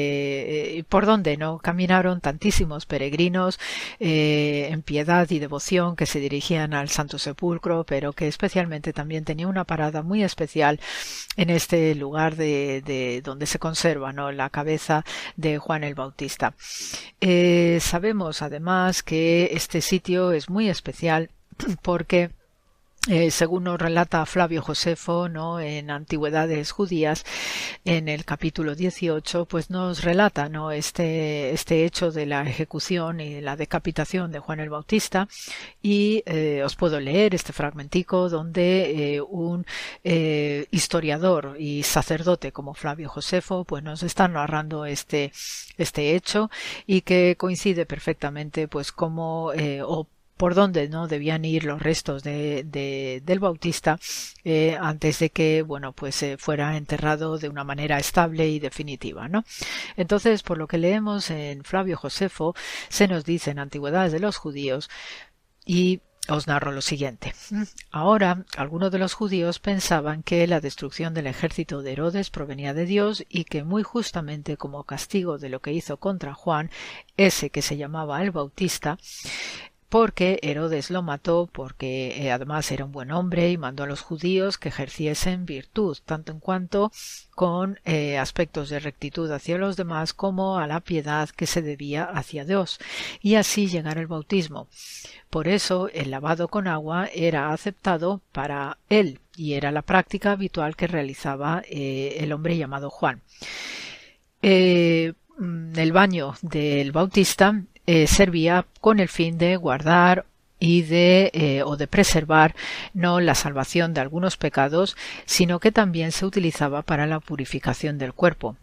eh, por donde no caminaron tantísimos peregrinos eh, en piedad y devoción que se dirigían al Santo Sepulcro, pero que especialmente también tenía una parada muy especial en este lugar de, de donde se conserva, ¿no? La cabeza de Juan el Bautista. Eh, sabemos además que este sitio es muy especial porque Eh, según nos relata Flavio Josefo, ¿no? En Antigüedades Judías, en el capítulo dieciocho, pues nos relata, ¿no? este, este hecho de la ejecución y de la decapitación de Juan el Bautista, y eh, os puedo leer este fragmentico donde eh, un eh, historiador y sacerdote como Flavio Josefo pues nos está narrando este, este hecho, y que coincide perfectamente pues como eh, o por dónde no debían ir los restos de, de, del Bautista eh, antes de que bueno pues eh, fuera enterrado de una manera estable y definitiva, ¿no? Entonces, por lo que leemos en Flavio Josefo, se nos dice en Antigüedades de los Judíos, y os narro lo siguiente. Ahora, algunos de los judíos pensaban que la destrucción del ejército de Herodes provenía de Dios, y que muy justamente como castigo de lo que hizo contra Juan, ese que se llamaba el Bautista, porque Herodes lo mató, porque eh, además era un buen hombre y mandó a los judíos que ejerciesen virtud, tanto en cuanto con eh, aspectos de rectitud hacia los demás como a la piedad que se debía hacia Dios, y así llegar al bautismo. Por eso el lavado con agua era aceptado para él, y era la práctica habitual que realizaba eh, el hombre llamado Juan. Eh, el baño del Bautista Eh, servía con el fin de guardar y de eh, o de preservar no la salvación de algunos pecados, sino que también se utilizaba para la purificación del cuerpo.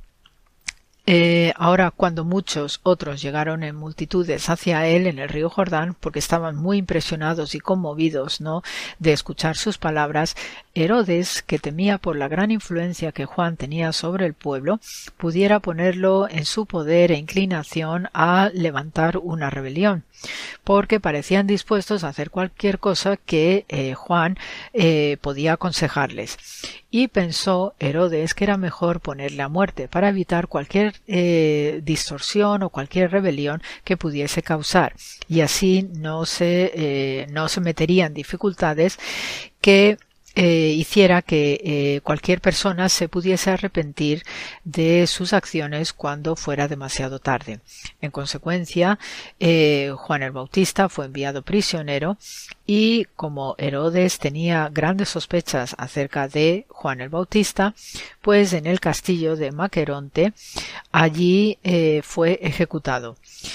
Eh, ahora, cuando muchos otros llegaron en multitudes hacia él en el río Jordán, porque estaban muy impresionados y conmovidos, ¿no?, de escuchar sus palabras, Herodes, que temía por la gran influencia que Juan tenía sobre el pueblo, pudiera ponerlo en su poder e inclinación a levantar una rebelión, porque parecían dispuestos a hacer cualquier cosa que eh, Juan eh, podía aconsejarles. Y pensó Herodes que era mejor ponerle a muerte para evitar cualquier eh, distorsión o cualquier rebelión que pudiese causar, y así no se, eh, no se metería en dificultades que Eh, hiciera que eh, cualquier persona se pudiese arrepentir de sus acciones cuando fuera demasiado tarde. En consecuencia, eh, Juan el Bautista fue enviado prisionero, y como Herodes tenía grandes sospechas acerca de Juan el Bautista, pues en el castillo de Maqueronte allí eh, fue ejecutado.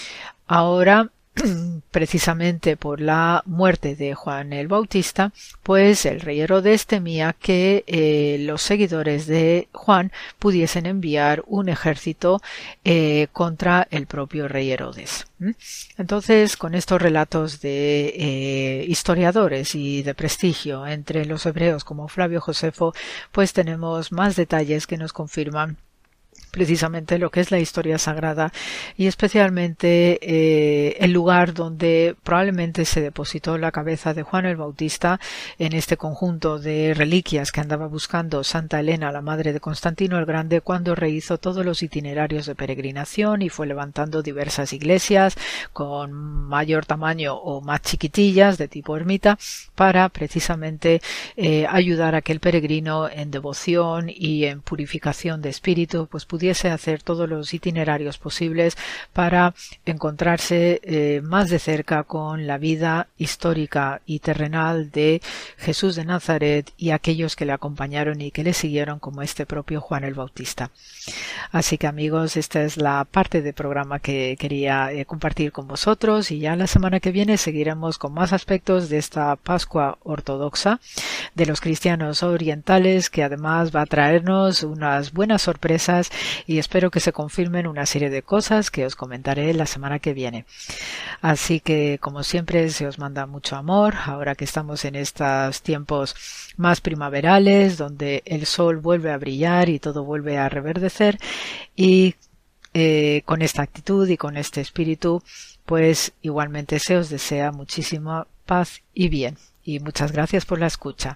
Ahora, precisamente por la muerte de Juan el Bautista, pues el rey Herodes temía que eh, los seguidores de Juan pudiesen enviar un ejército eh, contra el propio rey Herodes. ¿Mm? Entonces, con estos relatos de eh, historiadores y de prestigio entre los hebreos como Flavio Josefo, pues tenemos más detalles que nos confirman precisamente lo que es la historia sagrada, y especialmente eh, el lugar donde probablemente se depositó la cabeza de Juan el Bautista, en este conjunto de reliquias que andaba buscando Santa Elena, la madre de Constantino el Grande, cuando rehizo todos los itinerarios de peregrinación y fue levantando diversas iglesias con mayor tamaño o más chiquitillas de tipo ermita, para precisamente eh, ayudar a que el peregrino en devoción y en purificación de espíritu pues pudiese hacer todos los itinerarios posibles para encontrarse eh, más de cerca con la vida histórica y terrenal de Jesús de Nazaret y aquellos que le acompañaron y que le siguieron, como este propio Juan el Bautista. Así que, amigos, esta es la parte del programa que quería eh, compartir con vosotros, y ya la semana que viene seguiremos con más aspectos de esta Pascua ortodoxa de los cristianos orientales, que además va a traernos unas buenas sorpresas y espero que se confirmen una serie de cosas que os comentaré la semana que viene. Así que, como siempre, se os manda mucho amor, ahora que estamos en estos tiempos más primaverales, donde el sol vuelve a brillar y todo vuelve a reverdecer, y eh, con esta actitud y con este espíritu, pues igualmente se os desea muchísima paz y bien. Y muchas gracias por la escucha.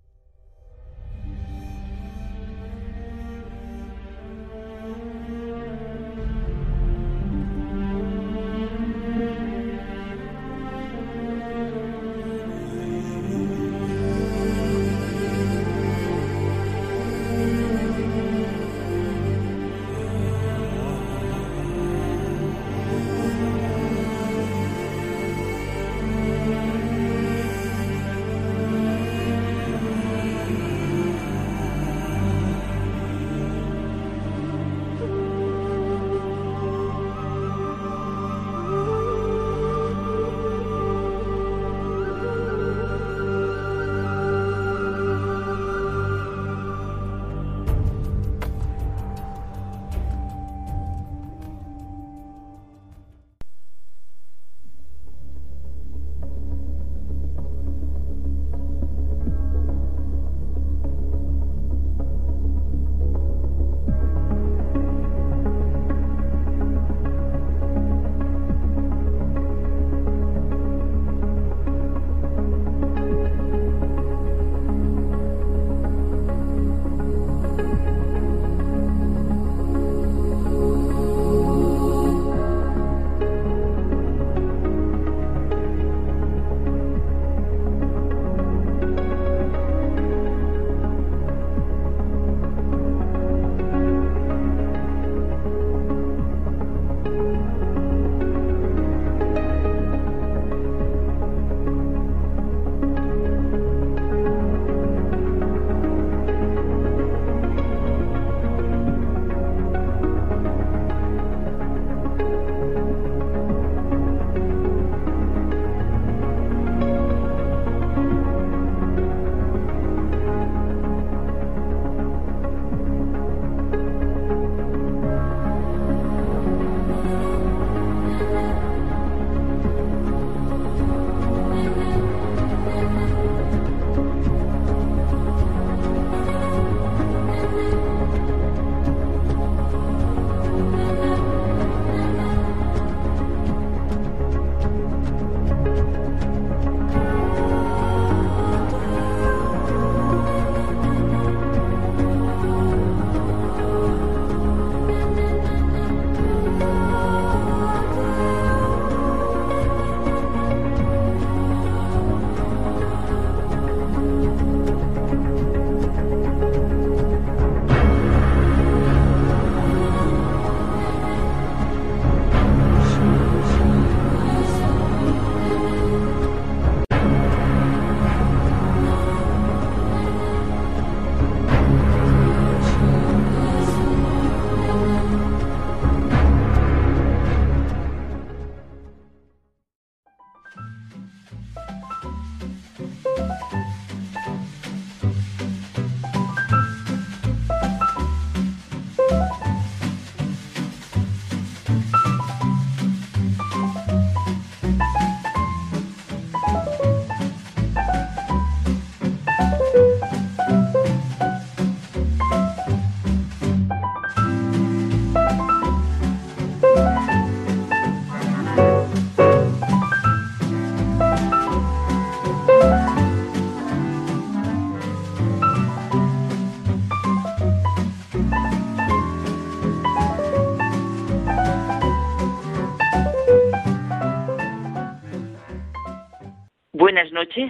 Buenas noches,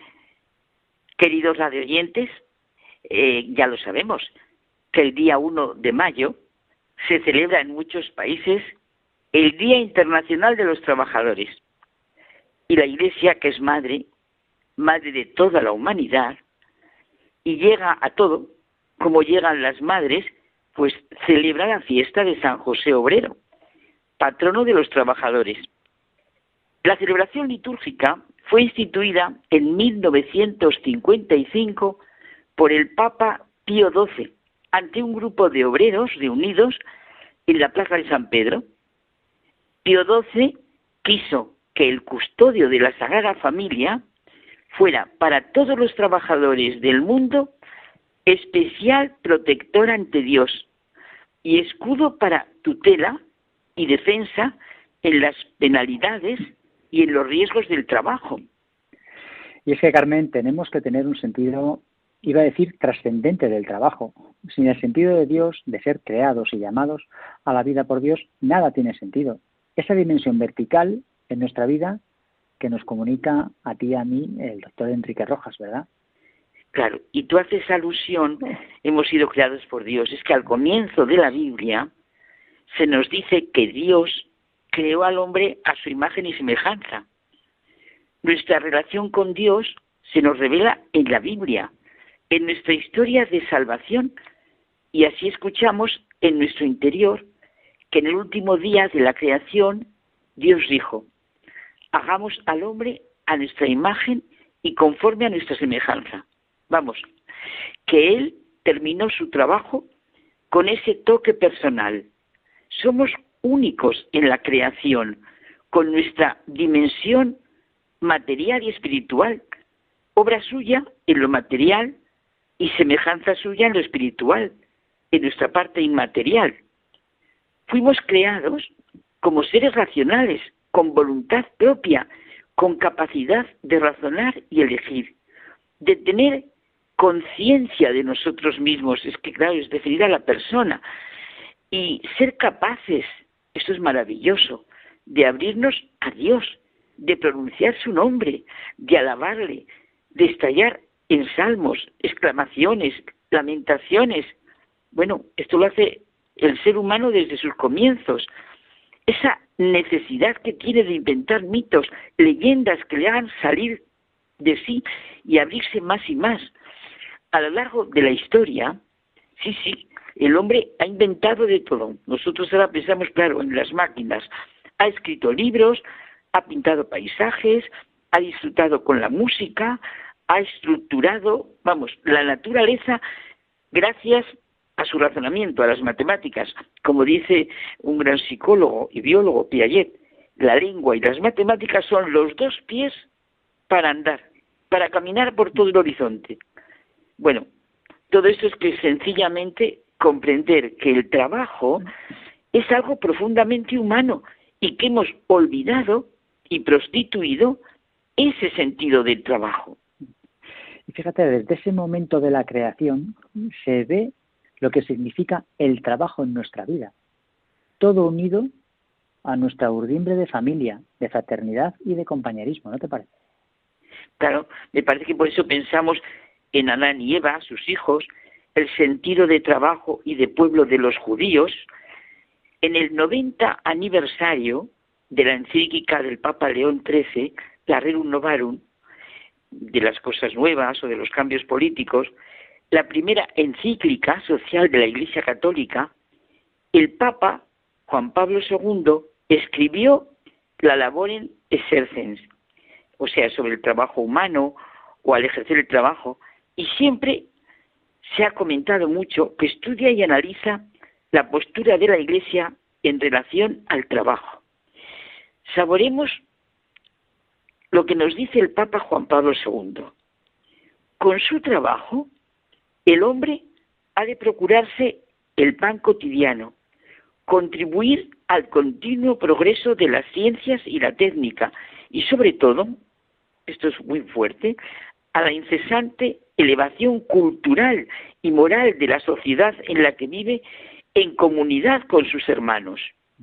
queridos radioyentes. Eh, ya lo sabemos, que el día uno de mayo se celebra en muchos países el Día Internacional de los Trabajadores. Y la Iglesia, que es madre, madre de toda la humanidad, y llega a todo, como llegan las madres, pues celebra la fiesta de San José Obrero, patrono de los trabajadores. La celebración litúrgica fue instituida en mil novecientos cincuenta y cinco por el Papa Pío doce ante un grupo de obreros reunidos en la plaza de San Pedro. Pío doce quiso que el custodio de la Sagrada Familia fuera para todos los trabajadores del mundo especial protector ante Dios y escudo para tutela y defensa en las penalidades y en los riesgos del trabajo. Y es que, Carmen, tenemos que tener un sentido, iba a decir, trascendente del trabajo. Sin el sentido de Dios, de ser creados y llamados a la vida por Dios, nada tiene sentido. Esa dimensión vertical en nuestra vida que nos comunica a ti y a mí el doctor Enrique Rojas, ¿verdad? Claro, y tú haces alusión, hemos sido creados por Dios. Es que al comienzo de la Biblia se nos dice que Dios creó al hombre a su imagen y semejanza. Nuestra relación con Dios se nos revela en la Biblia, en nuestra historia de salvación, y así escuchamos en nuestro interior que en el último día de la creación Dios dijo: hagamos al hombre a nuestra imagen y conforme a nuestra semejanza. Vamos, que Él terminó su trabajo con ese toque personal. Somos únicos en la creación, con nuestra dimensión material y espiritual, obra suya en lo material y semejanza suya en lo espiritual, en nuestra parte inmaterial. Fuimos creados como seres racionales, con voluntad propia, con capacidad de razonar y elegir, de tener conciencia de nosotros mismos, es que claro, es definir a la persona, y ser capaces, esto es maravilloso, de abrirnos a Dios, de pronunciar su nombre, de alabarle, de estallar en salmos, exclamaciones, lamentaciones. Bueno, esto lo hace el ser humano desde sus comienzos. Esa necesidad que tiene de inventar mitos, leyendas que le hagan salir de sí y abrirse más y más. A lo largo de la historia, sí, sí, el hombre ha inventado de todo. Nosotros ahora pensamos, claro, en las máquinas. Ha escrito libros, ha pintado paisajes, ha disfrutado con la música, ha estructurado, vamos, la naturaleza gracias a su razonamiento, a las matemáticas. Como dice un gran psicólogo y biólogo, Piaget, la lengua y las matemáticas son los dos pies para andar, para caminar por todo el horizonte. Bueno, todo esto es que sencillamente comprender que el trabajo es algo profundamente humano y que hemos olvidado y prostituido ese sentido del trabajo. Y fíjate, desde ese momento de la creación se ve lo que significa el trabajo en nuestra vida. Todo unido a nuestra urdimbre de familia, de fraternidad y de compañerismo, ¿no te parece? Claro, me parece que por eso pensamos en Adán y Eva, sus hijos, el sentido de trabajo y de pueblo de los judíos. En el noventa aniversario de la encíclica del Papa León trece, la Rerum Novarum, de las cosas nuevas o de los cambios políticos, la primera encíclica social de la Iglesia Católica, el Papa Juan Pablo segundo escribió la Laborem Exercens, o sea, sobre el trabajo humano o al ejercer el trabajo, y siempre se ha comentado mucho que estudia y analiza la postura de la Iglesia en relación al trabajo. Saboremos lo que nos dice el Papa Juan Pablo segundo. Con su trabajo, el hombre ha de procurarse el pan cotidiano, contribuir al continuo progreso de las ciencias y la técnica, y sobre todo, esto es muy fuerte, a la incesante elevación cultural y moral de la sociedad en la que vive en comunidad con sus hermanos.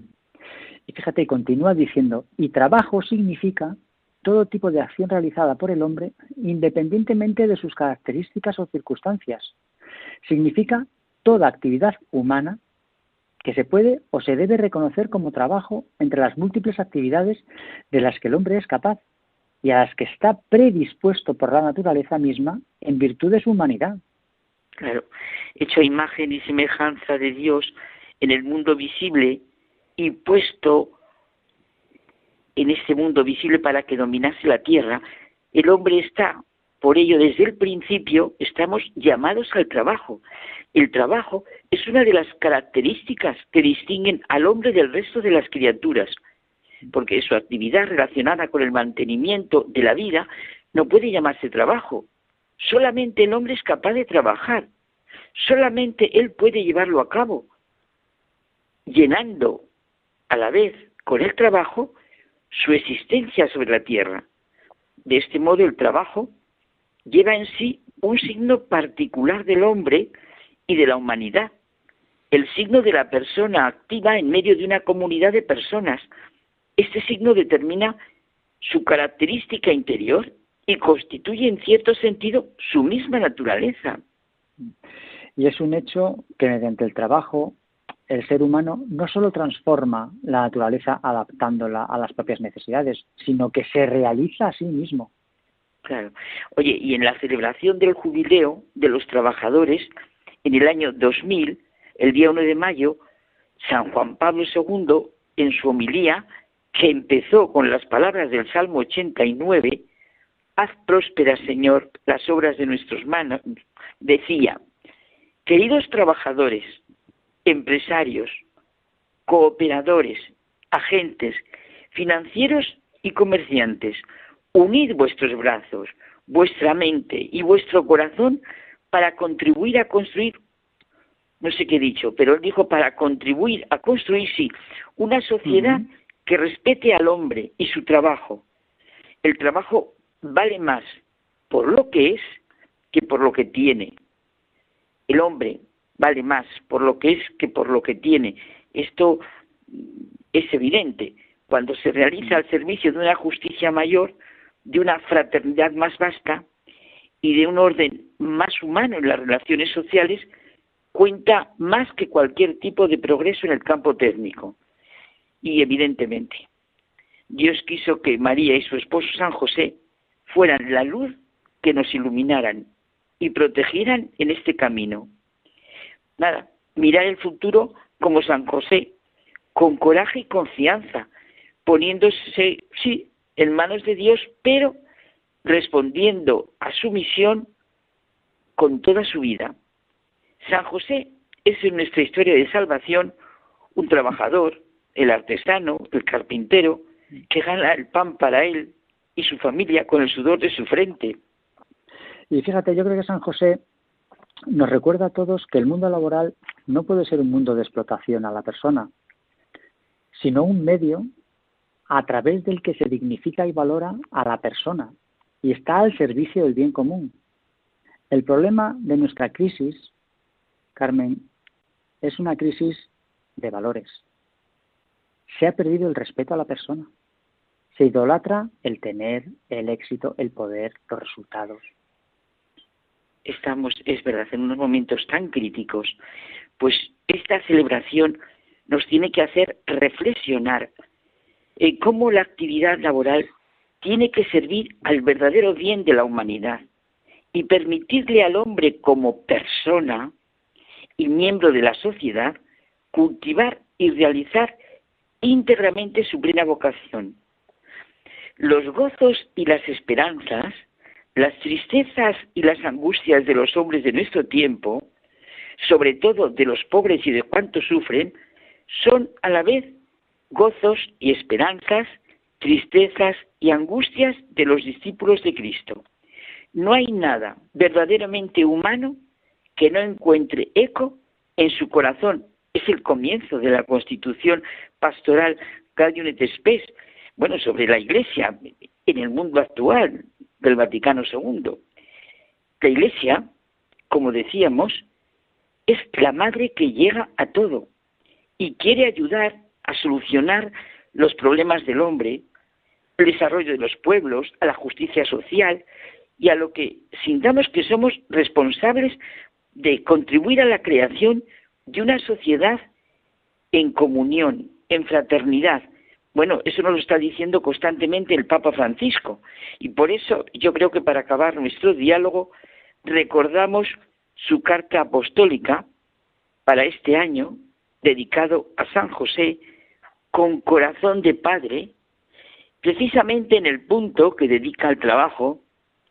Y fíjate, continúa diciendo, y trabajo significa todo tipo de acción realizada por el hombre independientemente de sus características o circunstancias. Significa toda actividad humana que se puede o se debe reconocer como trabajo entre las múltiples actividades de las que el hombre es capaz y a las que está predispuesto por la naturaleza misma en virtud de su humanidad. Claro, hecho a imagen y semejanza de Dios en el mundo visible y puesto en este mundo visible para que dominase la tierra, el hombre está Por ello, desde el principio estamos llamados al trabajo. El trabajo es una de las características que distinguen al hombre del resto de las criaturas, porque su actividad relacionada con el mantenimiento de la vida no puede llamarse trabajo. Solamente el hombre es capaz de trabajar, solamente él puede llevarlo a cabo, llenando a la vez con el trabajo su existencia sobre la tierra. De este modo, el trabajo lleva en sí un signo particular del hombre y de la humanidad, el signo de la persona activa en medio de una comunidad de personas. Este signo determina su característica interior y constituye en cierto sentido su misma naturaleza. Y es un hecho que mediante el trabajo el ser humano no solo transforma la naturaleza adaptándola a las propias necesidades, sino que se realiza a sí mismo. Claro. Oye, y en la celebración del jubileo de los trabajadores, en el año dos mil, el día uno de mayo, San Juan Pablo segundo, en su homilía, que empezó con las palabras del Salmo ochenta y nueve, haz prósperas, Señor, las obras de nuestras manos, decía, queridos trabajadores, empresarios, cooperadores, agentes, financieros y comerciantes, unid vuestros brazos, vuestra mente y vuestro corazón para contribuir a construir, no sé qué he dicho, pero él dijo para contribuir a construir, sí, una sociedad uh-huh. que respete al hombre y su trabajo. El trabajo vale más por lo que es que por lo que tiene. El hombre vale más por lo que es que por lo que tiene. Esto es evidente. Cuando se realiza al servicio de una justicia mayor, de una fraternidad más vasta y de un orden más humano en las relaciones sociales, cuenta más que cualquier tipo de progreso en el campo técnico. Y evidentemente, Dios quiso que María y su esposo San José fueran la luz que nos iluminaran y protegieran en este camino. Nada, mirar el futuro como San José, con coraje y confianza, poniéndose, sí, en manos de Dios, pero respondiendo a su misión con toda su vida. San José es en nuestra historia de salvación un trabajador, el artesano, el carpintero, que gana el pan para él y su familia con el sudor de su frente. Y fíjate, yo creo que San José nos recuerda a todos que el mundo laboral no puede ser un mundo de explotación a la persona, sino un medio a través del que se dignifica y valora a la persona y está al servicio del bien común. El problema de nuestra crisis, Carmen, es una crisis de valores. Se ha perdido el respeto a la persona. Se idolatra el tener, el éxito, el poder, los resultados. Estamos, es verdad, en unos momentos tan críticos, pues esta celebración nos tiene que hacer reflexionar en cómo la actividad laboral tiene que servir al verdadero bien de la humanidad y permitirle al hombre como persona y miembro de la sociedad cultivar y realizar íntegramente su plena vocación. Los gozos y las esperanzas, las tristezas y las angustias de los hombres de nuestro tiempo, sobre todo de los pobres y de cuantos sufren, son a la vez gozos y esperanzas, tristezas y angustias de los discípulos de Cristo. No hay nada verdaderamente humano que no encuentre eco en su corazón. Es el comienzo de la Constitución Pastoral Gaudium et Spes, bueno, sobre la Iglesia en el mundo actual del Vaticano segundo. La Iglesia, como decíamos, es la madre que llega a todo y quiere ayudar a solucionar los problemas del hombre, el desarrollo de los pueblos, a la justicia social y a lo que sintamos que somos responsables de contribuir a la creación de una sociedad en comunión, en fraternidad. Bueno, eso nos lo está diciendo constantemente el Papa Francisco. Y por eso yo creo que para acabar nuestro diálogo recordamos su carta apostólica para este año, dedicado a San José, con corazón de padre, precisamente en el punto que dedica al trabajo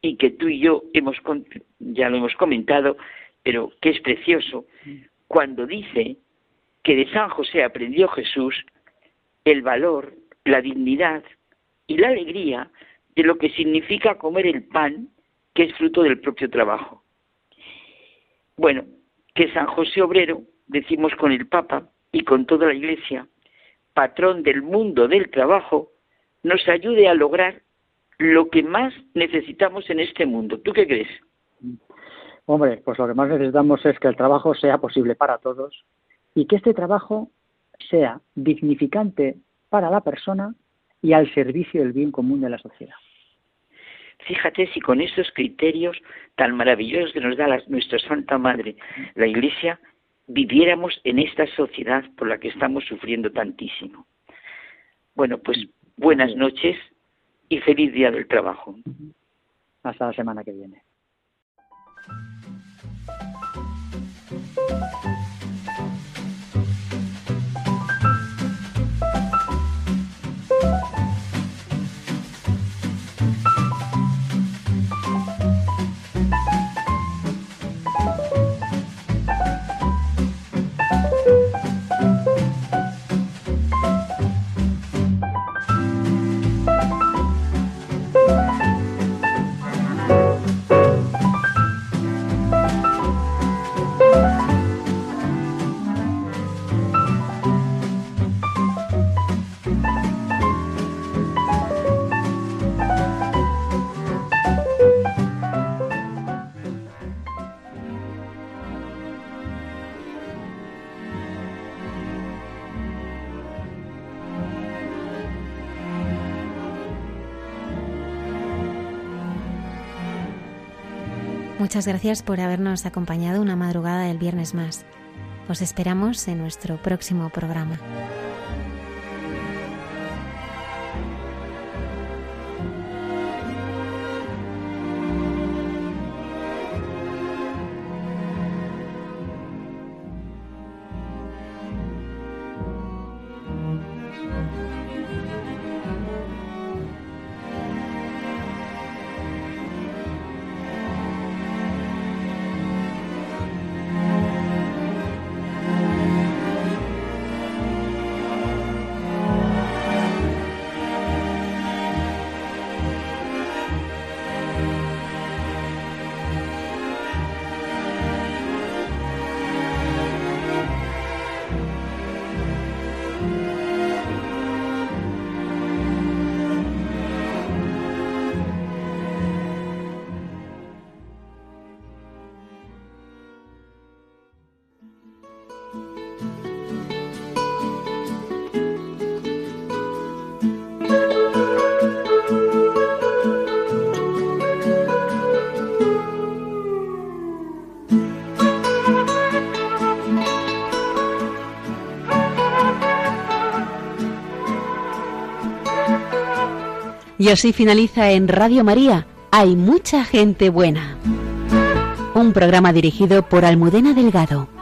y que tú y yo hemos ya lo hemos comentado, pero que es precioso, cuando dice que de San José aprendió Jesús el valor, la dignidad y la alegría de lo que significa comer el pan, que es fruto del propio trabajo. Bueno, que San José Obrero, decimos con el Papa y con toda la Iglesia, patrón del mundo del trabajo, nos ayude a lograr lo que más necesitamos en este mundo. ¿Tú qué crees? Hombre, pues lo que más necesitamos es que el trabajo sea posible para todos y que este trabajo sea dignificante para la persona y al servicio del bien común de la sociedad. Fíjate si con estos criterios tan maravillosos que nos da la, nuestra Santa Madre, la Iglesia, viviéramos en esta sociedad por la que estamos sufriendo tantísimo. Bueno, pues buenas noches y feliz día del trabajo. Hasta la semana que viene. Muchas gracias por habernos acompañado una madrugada del viernes más. Os esperamos en nuestro próximo programa. Y así finaliza en Radio María, Hay mucha gente buena. Un programa dirigido por Almudena Delgado.